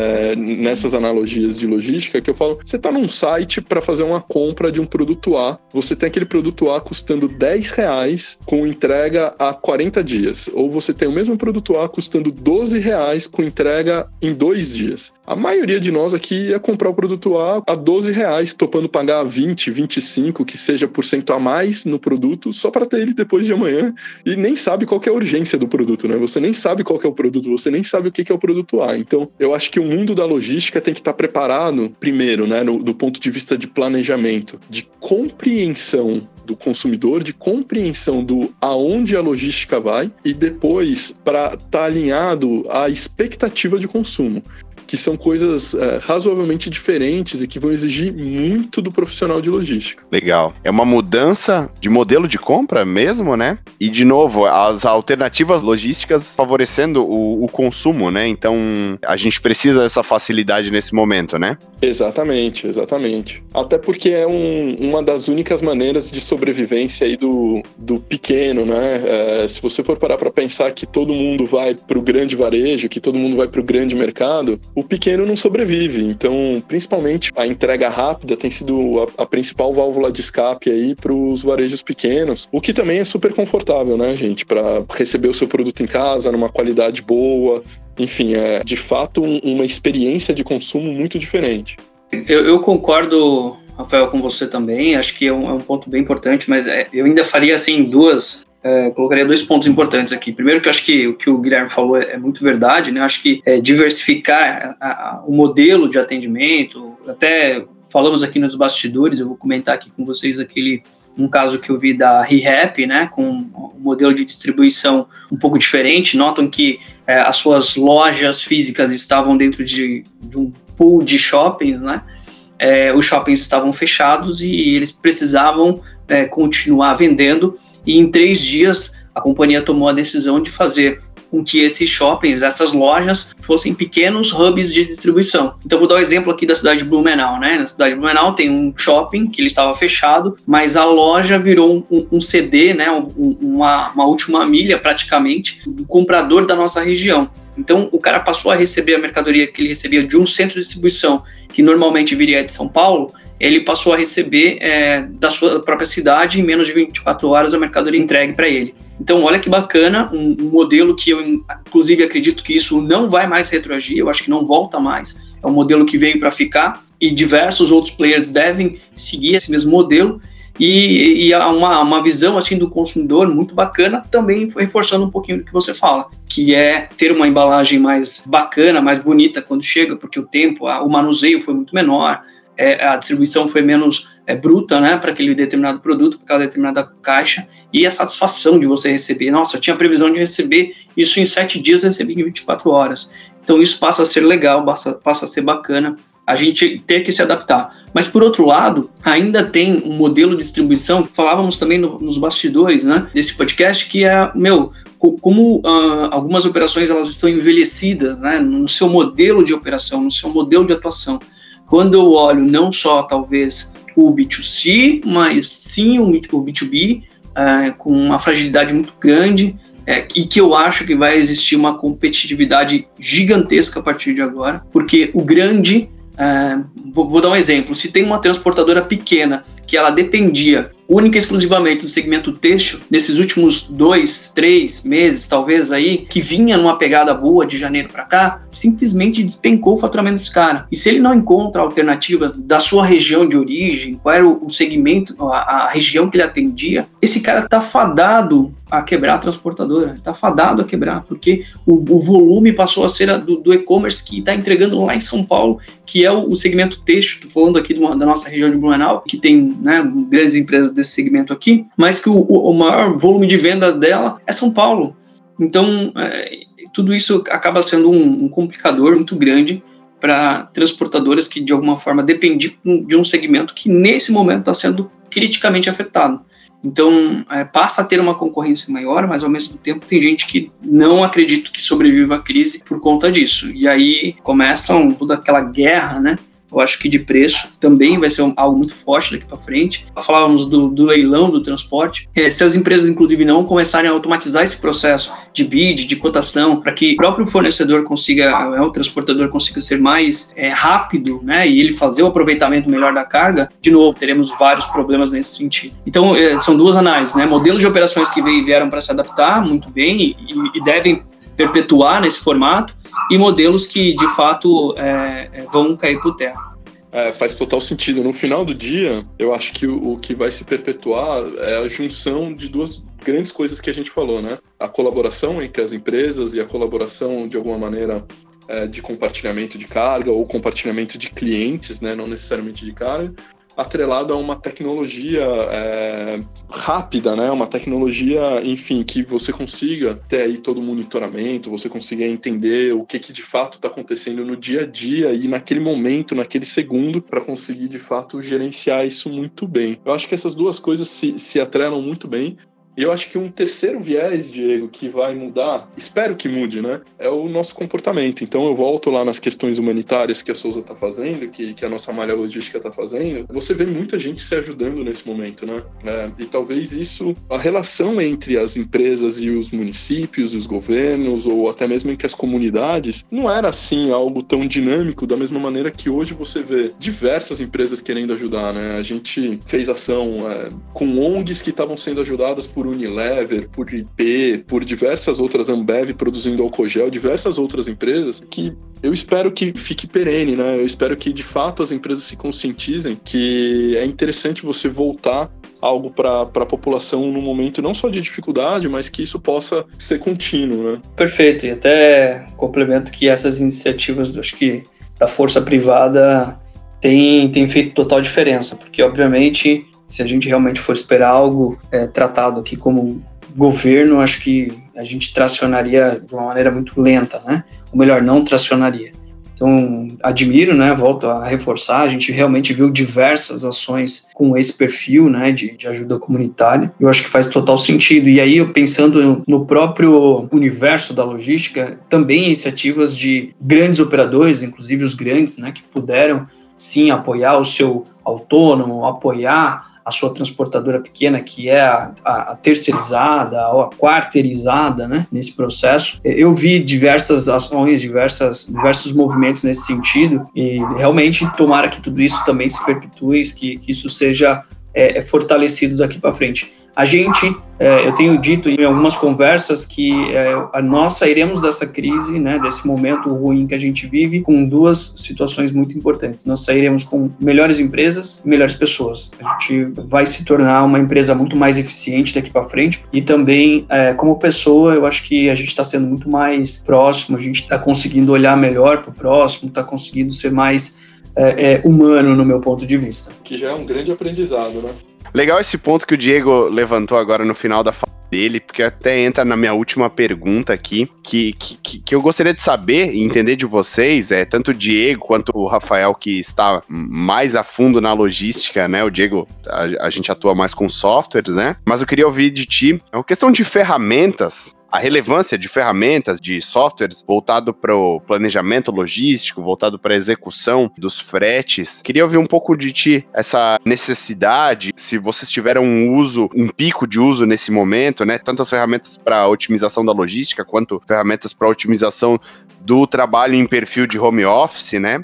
nessas analogias de logística, que eu falo, você está num site para fazer uma compra de um produto A, você tem aquele produto A custando R$10 com entrega a 40 dias, ou você tem o mesmo produto A custando R$12 com entrega em 2 dias. A maioria de nós aqui ia comprar o produto A a R$12, topando pagar 20, 25, que seja % a mais no produto, só para ter ele depois de amanhã, e nem sabe qual que é a urgência do produto, né? Você nem sabe qual que é o produto, você nem sabe o que é o produto A. Então, eu acho que o mundo da logística tem que estar preparado, primeiro, né, do ponto de vista de planejamento, de compreensão do consumidor, de compreensão do aonde a logística vai, e depois para estar alinhado à expectativa de consumo, que são coisas razoavelmente diferentes e que vão exigir muito do profissional de logística. Legal. É uma mudança de modelo de compra mesmo, né? E, de novo, as alternativas logísticas favorecendo o consumo, né? Então, a gente precisa dessa facilidade nesse momento, né? Exatamente, exatamente. Até porque é uma das únicas maneiras de sobrevivência aí do pequeno, né? Se você for parar para pensar que todo mundo vai para o grande varejo, que todo mundo vai para o grande mercado, o pequeno não sobrevive. Então, principalmente, a entrega rápida tem sido a principal válvula de escape aí para os varejos pequenos, o que também é super confortável, né, gente? Para receber o seu produto em casa, numa qualidade boa. Enfim, é de fato uma experiência de consumo muito diferente. Eu concordo, Rafael, com você também. Acho que é um ponto bem importante, mas eu ainda faria assim colocaria 2 pontos importantes aqui. Primeiro, que eu acho que o que o Guilherme falou é muito verdade, né? Eu acho que diversificar o modelo de atendimento, até falamos aqui nos bastidores, eu vou comentar aqui com vocês um caso que eu vi da ReHap, né, com um modelo de distribuição um pouco diferente. Notam que as suas lojas físicas estavam dentro de um pool de shoppings, né? Os shoppings estavam fechados e eles precisavam continuar vendendo, e em 3 dias a companhia tomou a decisão de fazer com que esses shoppings, essas lojas, fossem pequenos hubs de distribuição. Então, vou dar um exemplo aqui da cidade de Blumenau, né? Na cidade de Blumenau tem um shopping que ele estava fechado, mas a loja virou um CD, né? Uma última milha, praticamente, do comprador da nossa região. Então, o cara passou a receber a mercadoria que ele recebia de um centro de distribuição, que normalmente viria de São Paulo, ele passou a receber da sua própria cidade, em menos de 24 horas a mercadoria entregue para ele. Então, olha que bacana, um modelo que eu, inclusive, acredito que isso não vai mais retroagir, eu acho que não volta mais, é um modelo que veio para ficar, e diversos outros players devem seguir esse mesmo modelo, e há uma visão assim do consumidor muito bacana, também reforçando um pouquinho do que você fala, que é ter uma embalagem mais bacana, mais bonita quando chega, porque o tempo, o manuseio foi muito menor, a distribuição foi menos bruta, né, para aquele determinado produto, para aquela determinada caixa, e a satisfação de você receber. Nossa, eu tinha previsão de receber isso em 7 dias, eu recebi em 24 horas. Então isso passa a ser legal, passa a ser bacana, a gente ter que se adaptar. Mas, por outro lado, ainda tem um modelo de distribuição, falávamos também nos bastidores, né, desse podcast, que como algumas operações elas estão envelhecidas, né, no seu modelo de operação, no seu modelo de atuação. Quando eu olho não só, talvez, o B2C, mas sim o B2B, com uma fragilidade muito grande, e que eu acho que vai existir uma competitividade gigantesca a partir de agora, porque o grande... vou dar um exemplo. Se tem uma transportadora pequena que ela dependia única e exclusivamente do segmento têxtil, nesses últimos 2, 3 meses, talvez aí, que vinha numa pegada boa de janeiro para cá, simplesmente despencou o faturamento desse cara. E se ele não encontra alternativas da sua região de origem, qual era o segmento, a região que ele atendia, esse cara está fadado a quebrar a transportadora, está fadado a quebrar, porque o volume passou a ser do e-commerce que está entregando lá em São Paulo, que é o segmento têxtil. Estou falando aqui da nossa região de Blumenau, que tem, né, grandes empresas desse segmento aqui, mas que o maior volume de vendas dela é São Paulo. Então, tudo isso acaba sendo um complicador muito grande para transportadoras que, de alguma forma, dependiam de um segmento que, nesse momento, está sendo criticamente afetado. Então, passa a ter uma concorrência maior, mas, ao mesmo tempo, tem gente que não acredita que sobreviva à crise por conta disso. E aí começam toda aquela guerra, né? Eu acho que de preço também vai ser algo muito forte daqui para frente. Falávamos do leilão do transporte. Se as empresas, inclusive, não começarem a automatizar esse processo de bid, de cotação, para que o próprio fornecedor consiga, o transportador consiga ser mais rápido, né, e ele fazer o aproveitamento melhor da carga, de novo, teremos vários problemas nesse sentido. Então, são duas análises, né? Modelos de operações que vieram para se adaptar muito bem e devem perpetuar nesse formato, e modelos que, de fato, vão cair por terra. Faz total sentido. No final do dia, eu acho que o que vai se perpetuar é a junção de duas grandes coisas que a gente falou, né? A colaboração entre as empresas e a colaboração, de alguma maneira, de compartilhamento de carga ou compartilhamento de clientes, né? Não necessariamente de carga, atrelado a uma tecnologia rápida, né? Uma tecnologia, enfim, que você consiga ter aí todo o monitoramento, você consiga entender o que de fato está acontecendo no dia a dia e naquele momento, naquele segundo, para conseguir de fato gerenciar isso muito bem. Eu acho que essas duas coisas se atrelam muito bem. E eu acho que um terceiro viés, Diego, que vai mudar, espero que mude, né? É o nosso comportamento. Então eu volto lá nas questões humanitárias que a Souza está fazendo, que a nossa malha logística está fazendo. Você vê muita gente se ajudando nesse momento, né? E talvez isso, a relação entre as empresas e os municípios, os governos, ou até mesmo entre as comunidades, não era assim algo tão dinâmico, da mesma maneira que hoje você vê diversas empresas querendo ajudar, né? A gente fez ação com ONGs que estavam sendo ajudadas por Unilever, por IP, por diversas outras, Ambev produzindo álcool gel, diversas outras empresas, que eu espero que fique perene, né? Eu espero que, de fato, as empresas se conscientizem que é interessante você voltar algo para a população num momento não só de dificuldade, mas que isso possa ser contínuo, né? Perfeito, e até complemento que essas iniciativas, acho que da força privada tem feito total diferença, porque obviamente se a gente realmente for esperar algo tratado aqui como governo, acho que a gente tracionaria de uma maneira muito lenta, né? Ou melhor, não tracionaria. Então, admiro, né? Volto a reforçar, a gente realmente viu diversas ações com esse perfil, né? De ajuda comunitária. Eu acho que faz total sentido. E aí, eu pensando no próprio universo da logística, também iniciativas de grandes operadores, inclusive os grandes, né? Que puderam, sim, apoiar o seu autônomo, apoiar a sua transportadora pequena, que é a terceirizada ou a quarteirizada, né, nesse processo. Eu vi diversas ações, diversos movimentos nesse sentido, e realmente tomara que tudo isso também se perpetue, que isso seja fortalecido daqui para frente. A gente, eu tenho dito em algumas conversas que nós sairemos dessa crise, né, desse momento ruim que a gente vive, com duas situações muito importantes. Nós sairemos com melhores empresas e melhores pessoas. A gente vai se tornar uma empresa muito mais eficiente daqui para frente e também, como pessoa, eu acho que a gente está sendo muito mais próximo, a gente está conseguindo olhar melhor para o próximo, está conseguindo ser mais humano, no meu ponto de vista. Que já é um grande aprendizado, né? Legal esse ponto que o Diego levantou agora no final da fala dele, porque até entra na minha última pergunta aqui, que eu gostaria de saber e entender de vocês, tanto o Diego quanto o Rafael, que está mais a fundo na logística, né? O Diego, a gente atua mais com softwares, né? Mas eu queria ouvir de ti, é uma questão de ferramentas, a relevância de ferramentas, de softwares voltado para o planejamento logístico, voltado para a execução dos fretes. Queria ouvir um pouco de ti, essa necessidade, se vocês tiveram um pico de uso nesse momento, né? Tanto as ferramentas para otimização da logística, quanto ferramentas para otimização do trabalho em perfil de home office, né?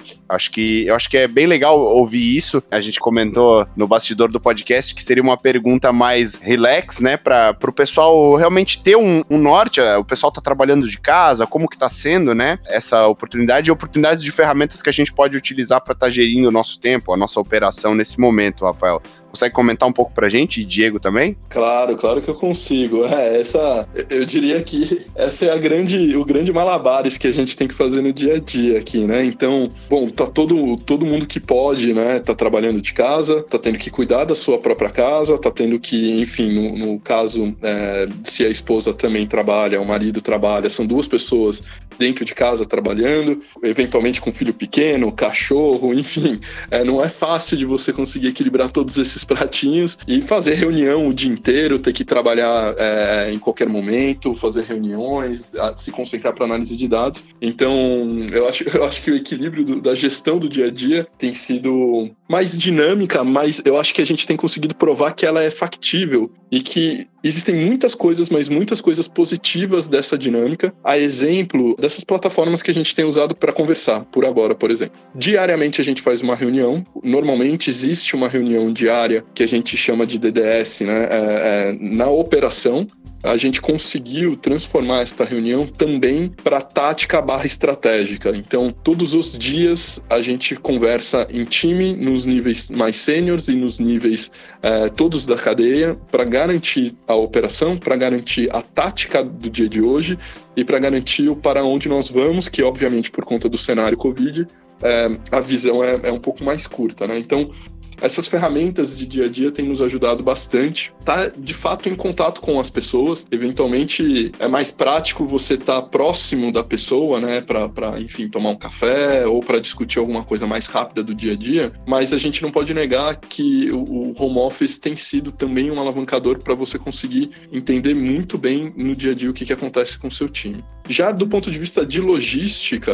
Eu acho que é bem legal ouvir isso. A gente comentou no bastidor do podcast que seria uma pergunta mais relax, né? Para o pessoal realmente ter um norte. O pessoal tá trabalhando de casa, como que tá sendo, né? Essa oportunidade e oportunidades de ferramentas que a gente pode utilizar para estar gerindo o nosso tempo, a nossa operação nesse momento, Rafael. Consegue comentar um pouco pra gente, e Diego também? Claro que eu consigo. Eu diria que essa é o grande malabares que a gente tem que fazer no dia a dia aqui, né? Então, bom, tá todo mundo que pode, né? Tá trabalhando de casa, tá tendo que cuidar da sua própria casa, tá tendo que, enfim, no caso, se a esposa também trabalha, o marido trabalha, são duas pessoas dentro de casa trabalhando, eventualmente com filho pequeno, cachorro, enfim. Não é fácil de você conseguir equilibrar todos esses pratinhos e fazer reunião o dia inteiro, ter que trabalhar em qualquer momento, fazer reuniões, se concentrar para análise de dados. Então, eu acho que o equilíbrio da gestão do dia a dia tem sido mais dinâmica, mas eu acho que a gente tem conseguido provar que ela é factível e que existem muitas coisas, mas muitas coisas positivas dessa dinâmica. A exemplo dessas plataformas que a gente tem usado para conversar, por agora, por exemplo. Diariamente a gente faz uma reunião. Normalmente existe uma reunião diária que a gente chama de DDS, né? Na operação. A gente conseguiu transformar esta reunião também para tática / estratégica. Então, todos os dias a gente conversa em time, nos níveis mais sêniores e nos níveis todos da cadeia, para garantir a operação, para garantir a tática do dia de hoje e para garantir o para onde nós vamos, que obviamente por conta do cenário Covid, a visão é um pouco mais curta, né? Então, essas ferramentas de dia a dia têm nos ajudado bastante. Tá, de fato, em contato com as pessoas. Eventualmente, é mais prático você estar próximo da pessoa, né? Para, enfim, tomar um café ou para discutir alguma coisa mais rápida do dia a dia. Mas a gente não pode negar que o home office tem sido também um alavancador para você conseguir entender muito bem no dia a dia o que acontece com o seu time. Já do ponto de vista de logística,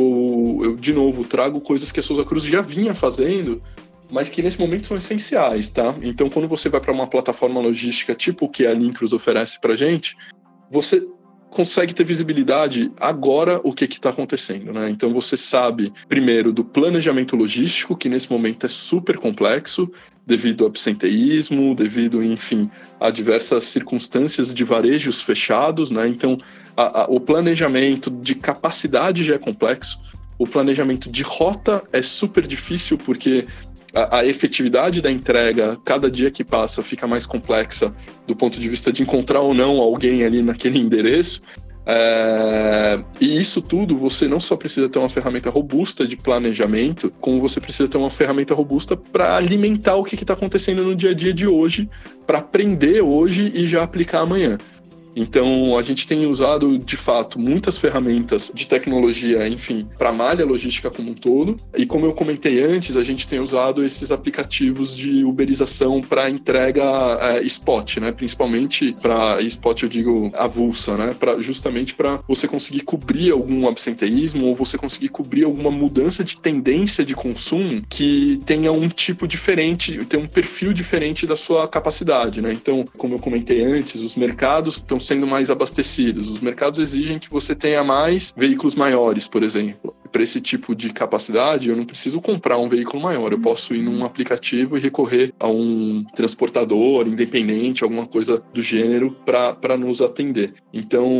eu de novo, trago coisas que a Souza Cruz já vinha fazendo, mas que nesse momento são essenciais, tá? Então, quando você vai para uma plataforma logística tipo o que a Lincros oferece para a gente, você consegue ter visibilidade agora o que está acontecendo, né? Então, você sabe, primeiro, do planejamento logístico, que nesse momento é super complexo, devido ao absenteísmo, devido, enfim, a diversas circunstâncias de varejos fechados, né? Então, o planejamento de capacidade já é complexo, o planejamento de rota é super difícil, porque a efetividade da entrega, cada dia que passa, fica mais complexa do ponto de vista de encontrar ou não alguém ali naquele endereço. E isso tudo, você não só precisa ter uma ferramenta robusta de planejamento, como você precisa ter uma ferramenta robusta para alimentar o que está acontecendo no dia a dia de hoje, para aprender hoje e já aplicar amanhã. Então, a gente tem usado, de fato, muitas ferramentas de tecnologia, enfim, para a malha logística como um todo. E como eu comentei antes, a gente tem usado esses aplicativos de uberização para entrega spot, né? Principalmente para spot, eu digo, avulsa, né? Justamente para você conseguir cobrir algum absenteísmo ou você conseguir cobrir alguma mudança de tendência de consumo que tenha um tipo diferente, tem um perfil diferente da sua capacidade, né? Então, como eu comentei antes, os mercados estão sendo mais abastecidos. Os mercados exigem que você tenha mais veículos maiores, por exemplo. Para esse tipo de capacidade, eu não preciso comprar um veículo maior. Eu posso ir num aplicativo e recorrer a um transportador independente, alguma coisa do gênero, para nos atender. Então,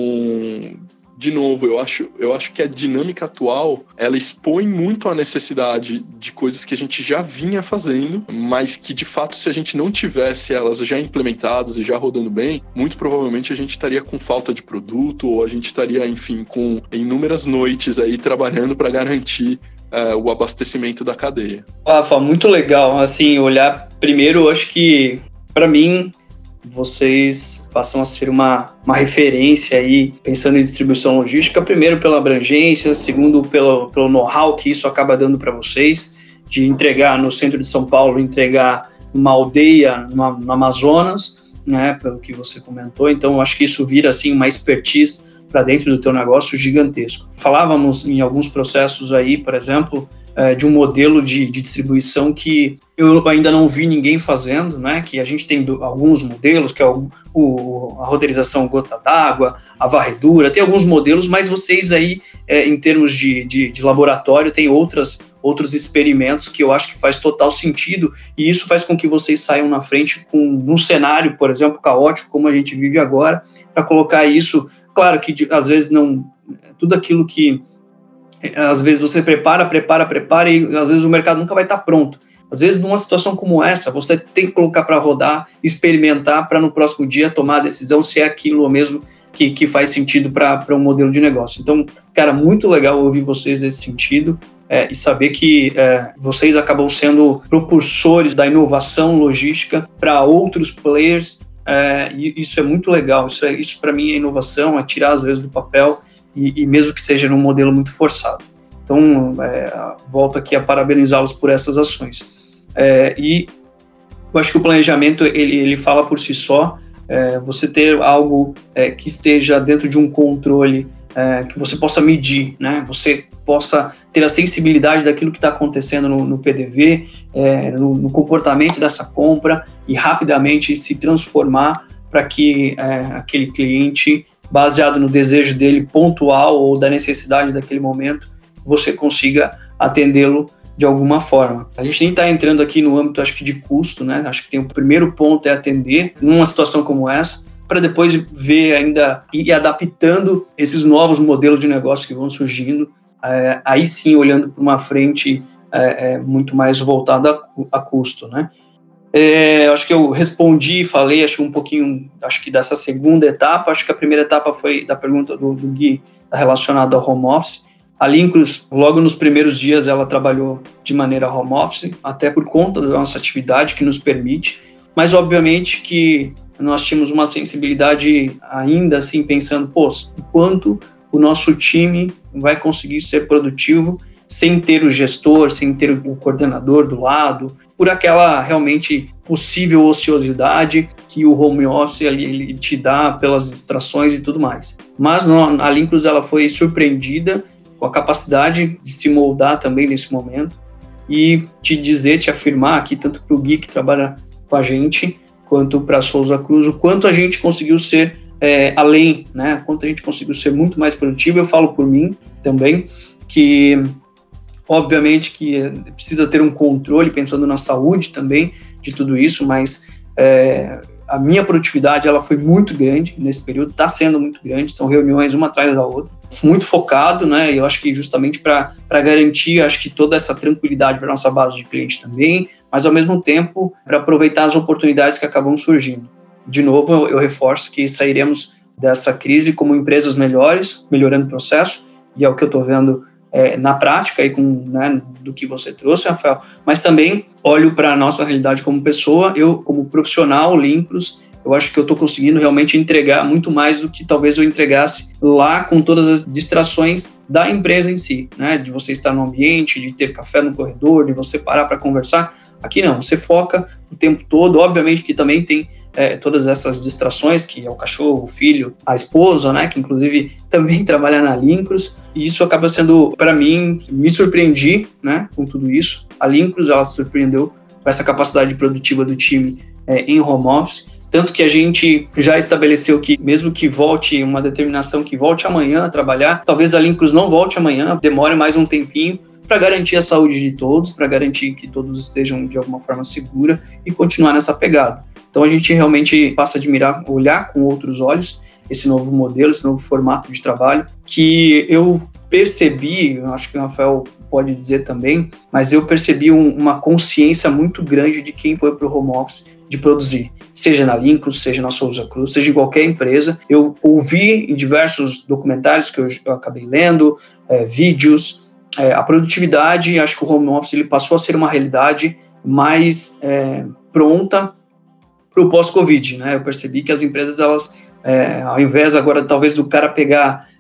de novo, eu acho que a dinâmica atual, ela expõe muito a necessidade de coisas que a gente já vinha fazendo, mas que, de fato, se a gente não tivesse elas já implementadas e já rodando bem, muito provavelmente a gente estaria com falta de produto ou a gente estaria, enfim, com inúmeras noites aí trabalhando para garantir o abastecimento da cadeia. Rafa, muito legal, assim, olhar primeiro, eu acho que, para mim, vocês passam a ser uma referência aí, pensando em distribuição logística, primeiro pela abrangência, segundo pelo know-how que isso acaba dando para vocês, de entregar no centro de São Paulo, entregar uma aldeia no Amazonas, né, pelo que você comentou. Então, eu acho que isso vira, assim, uma expertise para dentro do teu negócio gigantesco. Falávamos em alguns processos aí, por exemplo, de um modelo de distribuição que eu ainda não vi ninguém fazendo, né? Que a gente tem alguns modelos, que é a roteirização gota d'água, a varredura, tem alguns modelos, mas vocês aí, em termos de laboratório, tem outros experimentos que eu acho que faz total sentido, e isso faz com que vocês saiam na frente num cenário, por exemplo, caótico, como a gente vive agora, para colocar isso. Claro que às vezes não... Tudo aquilo que às vezes você prepara e às vezes o mercado nunca vai estar pronto. Às vezes, numa situação como essa, você tem que colocar para rodar, experimentar, para no próximo dia tomar a decisão se é aquilo mesmo que faz sentido para um modelo de negócio. Então, cara, muito legal ouvir vocês nesse sentido e saber que vocês acabam sendo propulsores da inovação logística para outros players. E isso é muito legal. Isso para mim é inovação, é tirar às vezes do papel e mesmo que seja num modelo muito forçado. Então, volto aqui a parabenizá-los por essas ações. E eu acho que o planejamento, ele fala por si só. Você ter algo que esteja dentro de um controle, que você possa medir, né? Você possa ter a sensibilidade daquilo que está acontecendo no PDV, no comportamento dessa compra e rapidamente se transformar para que aquele cliente, baseado no desejo dele pontual ou da necessidade daquele momento, você consiga atendê-lo de alguma forma. A gente nem está entrando aqui no âmbito, acho que, de custo, né? Acho que tem o primeiro ponto é atender numa situação como essa, para depois ver ainda e adaptando esses novos modelos de negócio que vão surgindo, aí sim olhando para uma frente muito mais voltada a custo, né? Acho que eu respondi e falei, acho um pouquinho, acho que dessa segunda etapa. Acho que a primeira etapa foi da pergunta do Gui, relacionada ao home office. A Lincros, logo nos primeiros dias, ela trabalhou de maneira home office, até por conta da nossa atividade que nos permite, mas obviamente que nós tínhamos uma sensibilidade ainda assim, pensando, o quanto o nosso time vai conseguir ser produtivo sem ter o gestor, sem ter o coordenador do lado, por aquela realmente possível ociosidade que o home office ele te dá pelas distrações e tudo mais. Mas a Lincros, ela foi surpreendida com a capacidade de se moldar também nesse momento e te afirmar aqui, tanto para o Gui, que trabalha com a gente, quanto para a Souza Cruz, o quanto a gente conseguiu ser além, né? Quanto a gente conseguiu ser muito mais produtivo. Eu falo por mim também, que obviamente que precisa ter um controle, pensando na saúde também de tudo isso, mas a minha produtividade ela foi muito grande nesse período, está sendo muito grande, são reuniões uma atrás da outra, muito focado, né? Eu acho que justamente para garantir, acho que toda essa tranquilidade para nossa base de cliente também, mas ao mesmo tempo para aproveitar as oportunidades que acabam surgindo. De novo, eu reforço que sairemos dessa crise como empresas melhores, melhorando o processo, e é o que eu estou vendo na prática, aí né, do que você trouxe, Rafael, mas também olho para a nossa realidade como pessoa. Eu, como profissional, Lincros, eu acho que eu estou conseguindo realmente entregar muito mais do que talvez eu entregasse lá com todas as distrações da empresa em si, né? De você estar no ambiente, de ter café no corredor, de você parar para conversar. Aqui não, você foca o tempo todo. Obviamente que também tem todas essas distrações, que é o cachorro, o filho, a esposa, né? Que inclusive também trabalha na Lincros. E isso acaba sendo, para mim, me surpreendi, né? Com tudo isso. A Lincros, ela se surpreendeu com essa capacidade produtiva do time em home office. Tanto que a gente já estabeleceu que, mesmo que volte uma determinação que volte amanhã a trabalhar, talvez a Lincros não volte amanhã, demore mais um tempinho para garantir a saúde de todos, para garantir que todos estejam de alguma forma segura e continuar nessa pegada. Então a gente realmente passa a admirar, olhar com outros olhos esse novo modelo, esse novo formato de trabalho, que eu percebi, acho que o Rafael pode dizer também, mas eu percebi uma consciência muito grande de quem foi para o home office de produzir, seja na Lincros, seja na Souza Cruz, seja em qualquer empresa. Eu ouvi em diversos documentários que eu acabei lendo, vídeos, a produtividade. Acho que o home office ele passou a ser uma realidade mais pronta para o pós-Covid, né? Eu percebi que as empresas, elas, ao invés agora talvez do cara pegar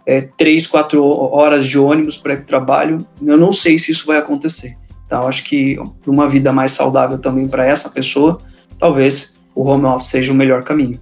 3-4 horas de ônibus para ir para o trabalho, eu não sei se isso vai acontecer. Então, acho que para uma vida mais saudável também para essa pessoa, talvez o home office seja o melhor caminho.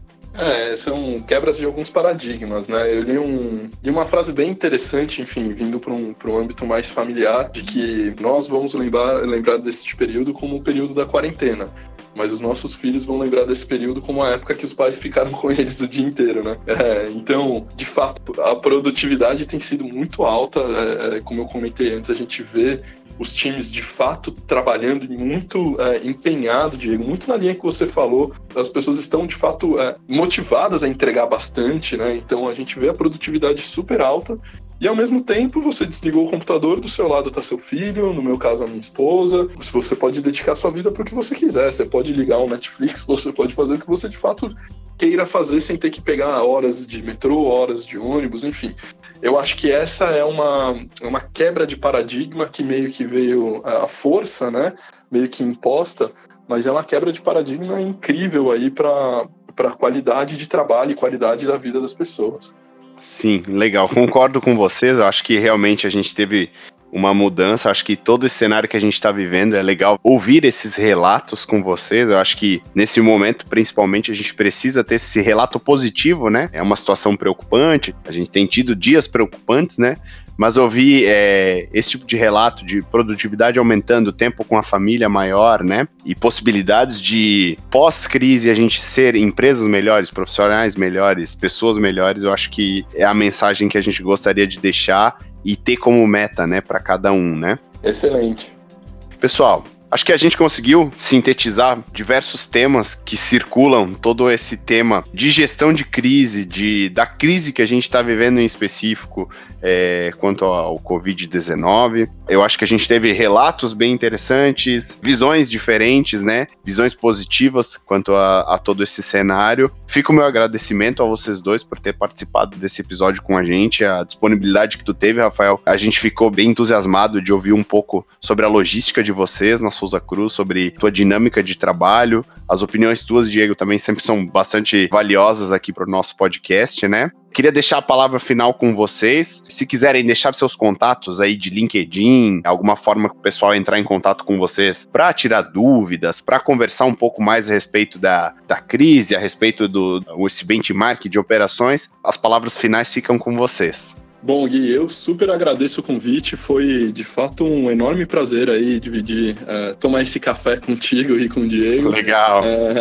São quebras de alguns paradigmas, né? Eu li uma frase bem interessante, enfim, vindo para um âmbito mais familiar, de que nós vamos lembrar desse período como o período da quarentena, mas os nossos filhos vão lembrar desse período como a época que os pais ficaram com eles o dia inteiro, né? Então, de fato, a produtividade tem sido muito alta, como eu comentei antes, a gente vê os times de fato trabalhando e muito empenhado, Diego, muito na linha que você falou. As pessoas estão de fato motivadas a entregar bastante, né? Então a gente vê a produtividade super alta e ao mesmo tempo você desligou o computador, do seu lado está seu filho, no meu caso a minha esposa. Você pode dedicar sua vida para o que você quiser, você pode ligar um Netflix, você pode fazer o que você de fato queira fazer sem ter que pegar horas de metrô, horas de ônibus, enfim. Eu acho que essa é uma quebra de paradigma que meio que veio à força, né? Meio que imposta, mas é uma quebra de paradigma incrível aí para a qualidade de trabalho e qualidade da vida das pessoas. Sim, legal. Concordo com vocês. Eu acho que realmente a gente teve uma mudança. Acho que todo esse cenário que a gente está vivendo é legal ouvir esses relatos com vocês. Eu acho que nesse momento, principalmente, a gente precisa ter esse relato positivo, né? É uma situação preocupante. A gente tem tido dias preocupantes, né? Mas ouvir esse tipo de relato de produtividade aumentando, tempo com a família maior, né? E possibilidades de pós-crise a gente ser empresas melhores, profissionais melhores, pessoas melhores, eu acho que é a mensagem que a gente gostaria de deixar e ter como meta, né, para cada um, né? Excelente. Pessoal, acho que a gente conseguiu sintetizar diversos temas que circulam todo esse tema de gestão de crise, da crise que a gente está vivendo em específico quanto ao Covid-19. Eu acho que a gente teve relatos bem interessantes, visões diferentes, né? Visões positivas quanto a todo esse cenário. Fica o meu agradecimento a vocês dois por ter participado desse episódio com a gente, a disponibilidade que tu teve, Rafael. A gente ficou bem entusiasmado de ouvir um pouco sobre a logística de vocês na Souza Cruz, sobre tua dinâmica de trabalho. As opiniões tuas, Diego, também sempre são bastante valiosas aqui para o nosso podcast, né? Queria deixar a palavra final com vocês. Se quiserem deixar seus contatos aí de LinkedIn, alguma forma que o pessoal entrar em contato com vocês para tirar dúvidas, para conversar um pouco mais a respeito da crise, a respeito esse benchmark de operações, as palavras finais ficam com vocês. Bom, Gui, eu super agradeço o convite, foi de fato um enorme prazer aí dividir, tomar esse café contigo e com o Diego. Legal.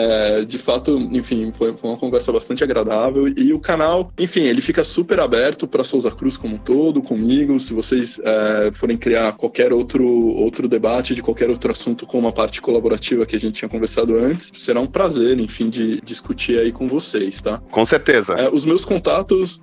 De fato, enfim, foi uma conversa bastante agradável e o canal, enfim, ele fica super aberto para Souza Cruz como um todo, comigo, se vocês forem criar qualquer outro debate de qualquer outro assunto com uma parte colaborativa que a gente tinha conversado antes, será um prazer, enfim, de discutir aí com vocês, tá? Com certeza. Os meus contatos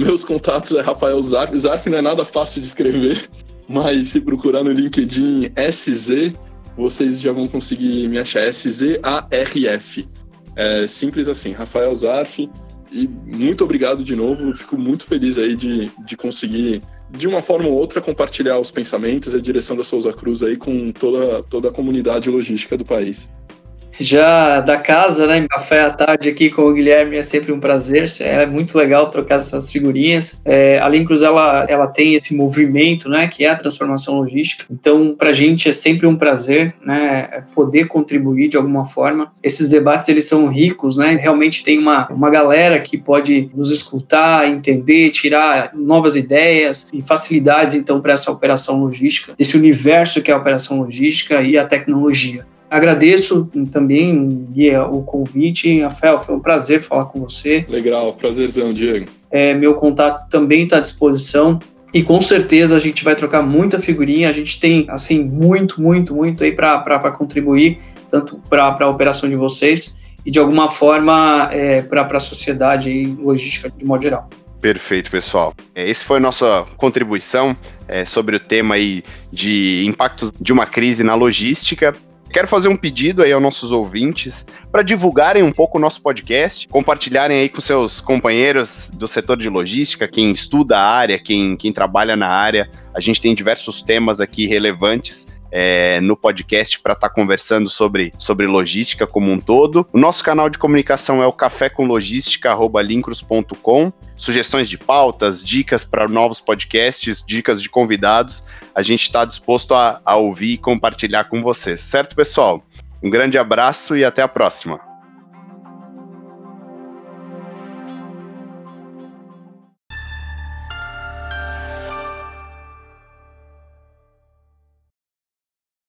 é Rafael Zarf. Zarf não é nada fácil de escrever, mas se procurar no LinkedIn SZ, vocês já vão conseguir me achar, SZARF. É simples assim, Rafael Zarf. E muito obrigado de novo, fico muito feliz aí de conseguir, de uma forma ou outra, compartilhar os pensamentos e a direção da Souza Cruz aí com toda a comunidade logística do país. Já da casa, né, em café à tarde aqui com o Guilherme é sempre um prazer, é muito legal trocar essas figurinhas. A Lincruz, ela tem esse movimento, né, que é a transformação logística, então pra gente é sempre um prazer, né, poder contribuir de alguma forma. Esses debates, eles são ricos, né, realmente tem uma galera que pode nos escutar, entender, tirar novas ideias e facilidades, então, para essa operação logística, esse universo que é a operação logística e a tecnologia. Agradeço também, Gui, o convite. Rafael, foi um prazer falar com você. Legal, prazerzão, Diego. Meu contato também está à disposição. E com certeza a gente vai trocar muita figurinha. A gente tem, assim, muito aí para contribuir, tanto para a operação de vocês e, de alguma forma, para a sociedade e logística de modo geral. Perfeito, pessoal. Esse foi a nossa contribuição sobre o tema aí de impactos de uma crise na logística. Quero fazer um pedido aí aos nossos ouvintes para divulgarem um pouco o nosso podcast, compartilharem aí com seus companheiros do setor de logística, quem estuda a área, quem trabalha na área. A gente tem diversos temas aqui relevantes no podcast para estar conversando sobre logística como um todo. O nosso canal de comunicação é o cafécomlogística@lincruz.com. Sugestões de pautas, dicas para novos podcasts, dicas de convidados, a gente está disposto a ouvir e compartilhar com vocês, certo, pessoal? Um grande abraço e até a próxima.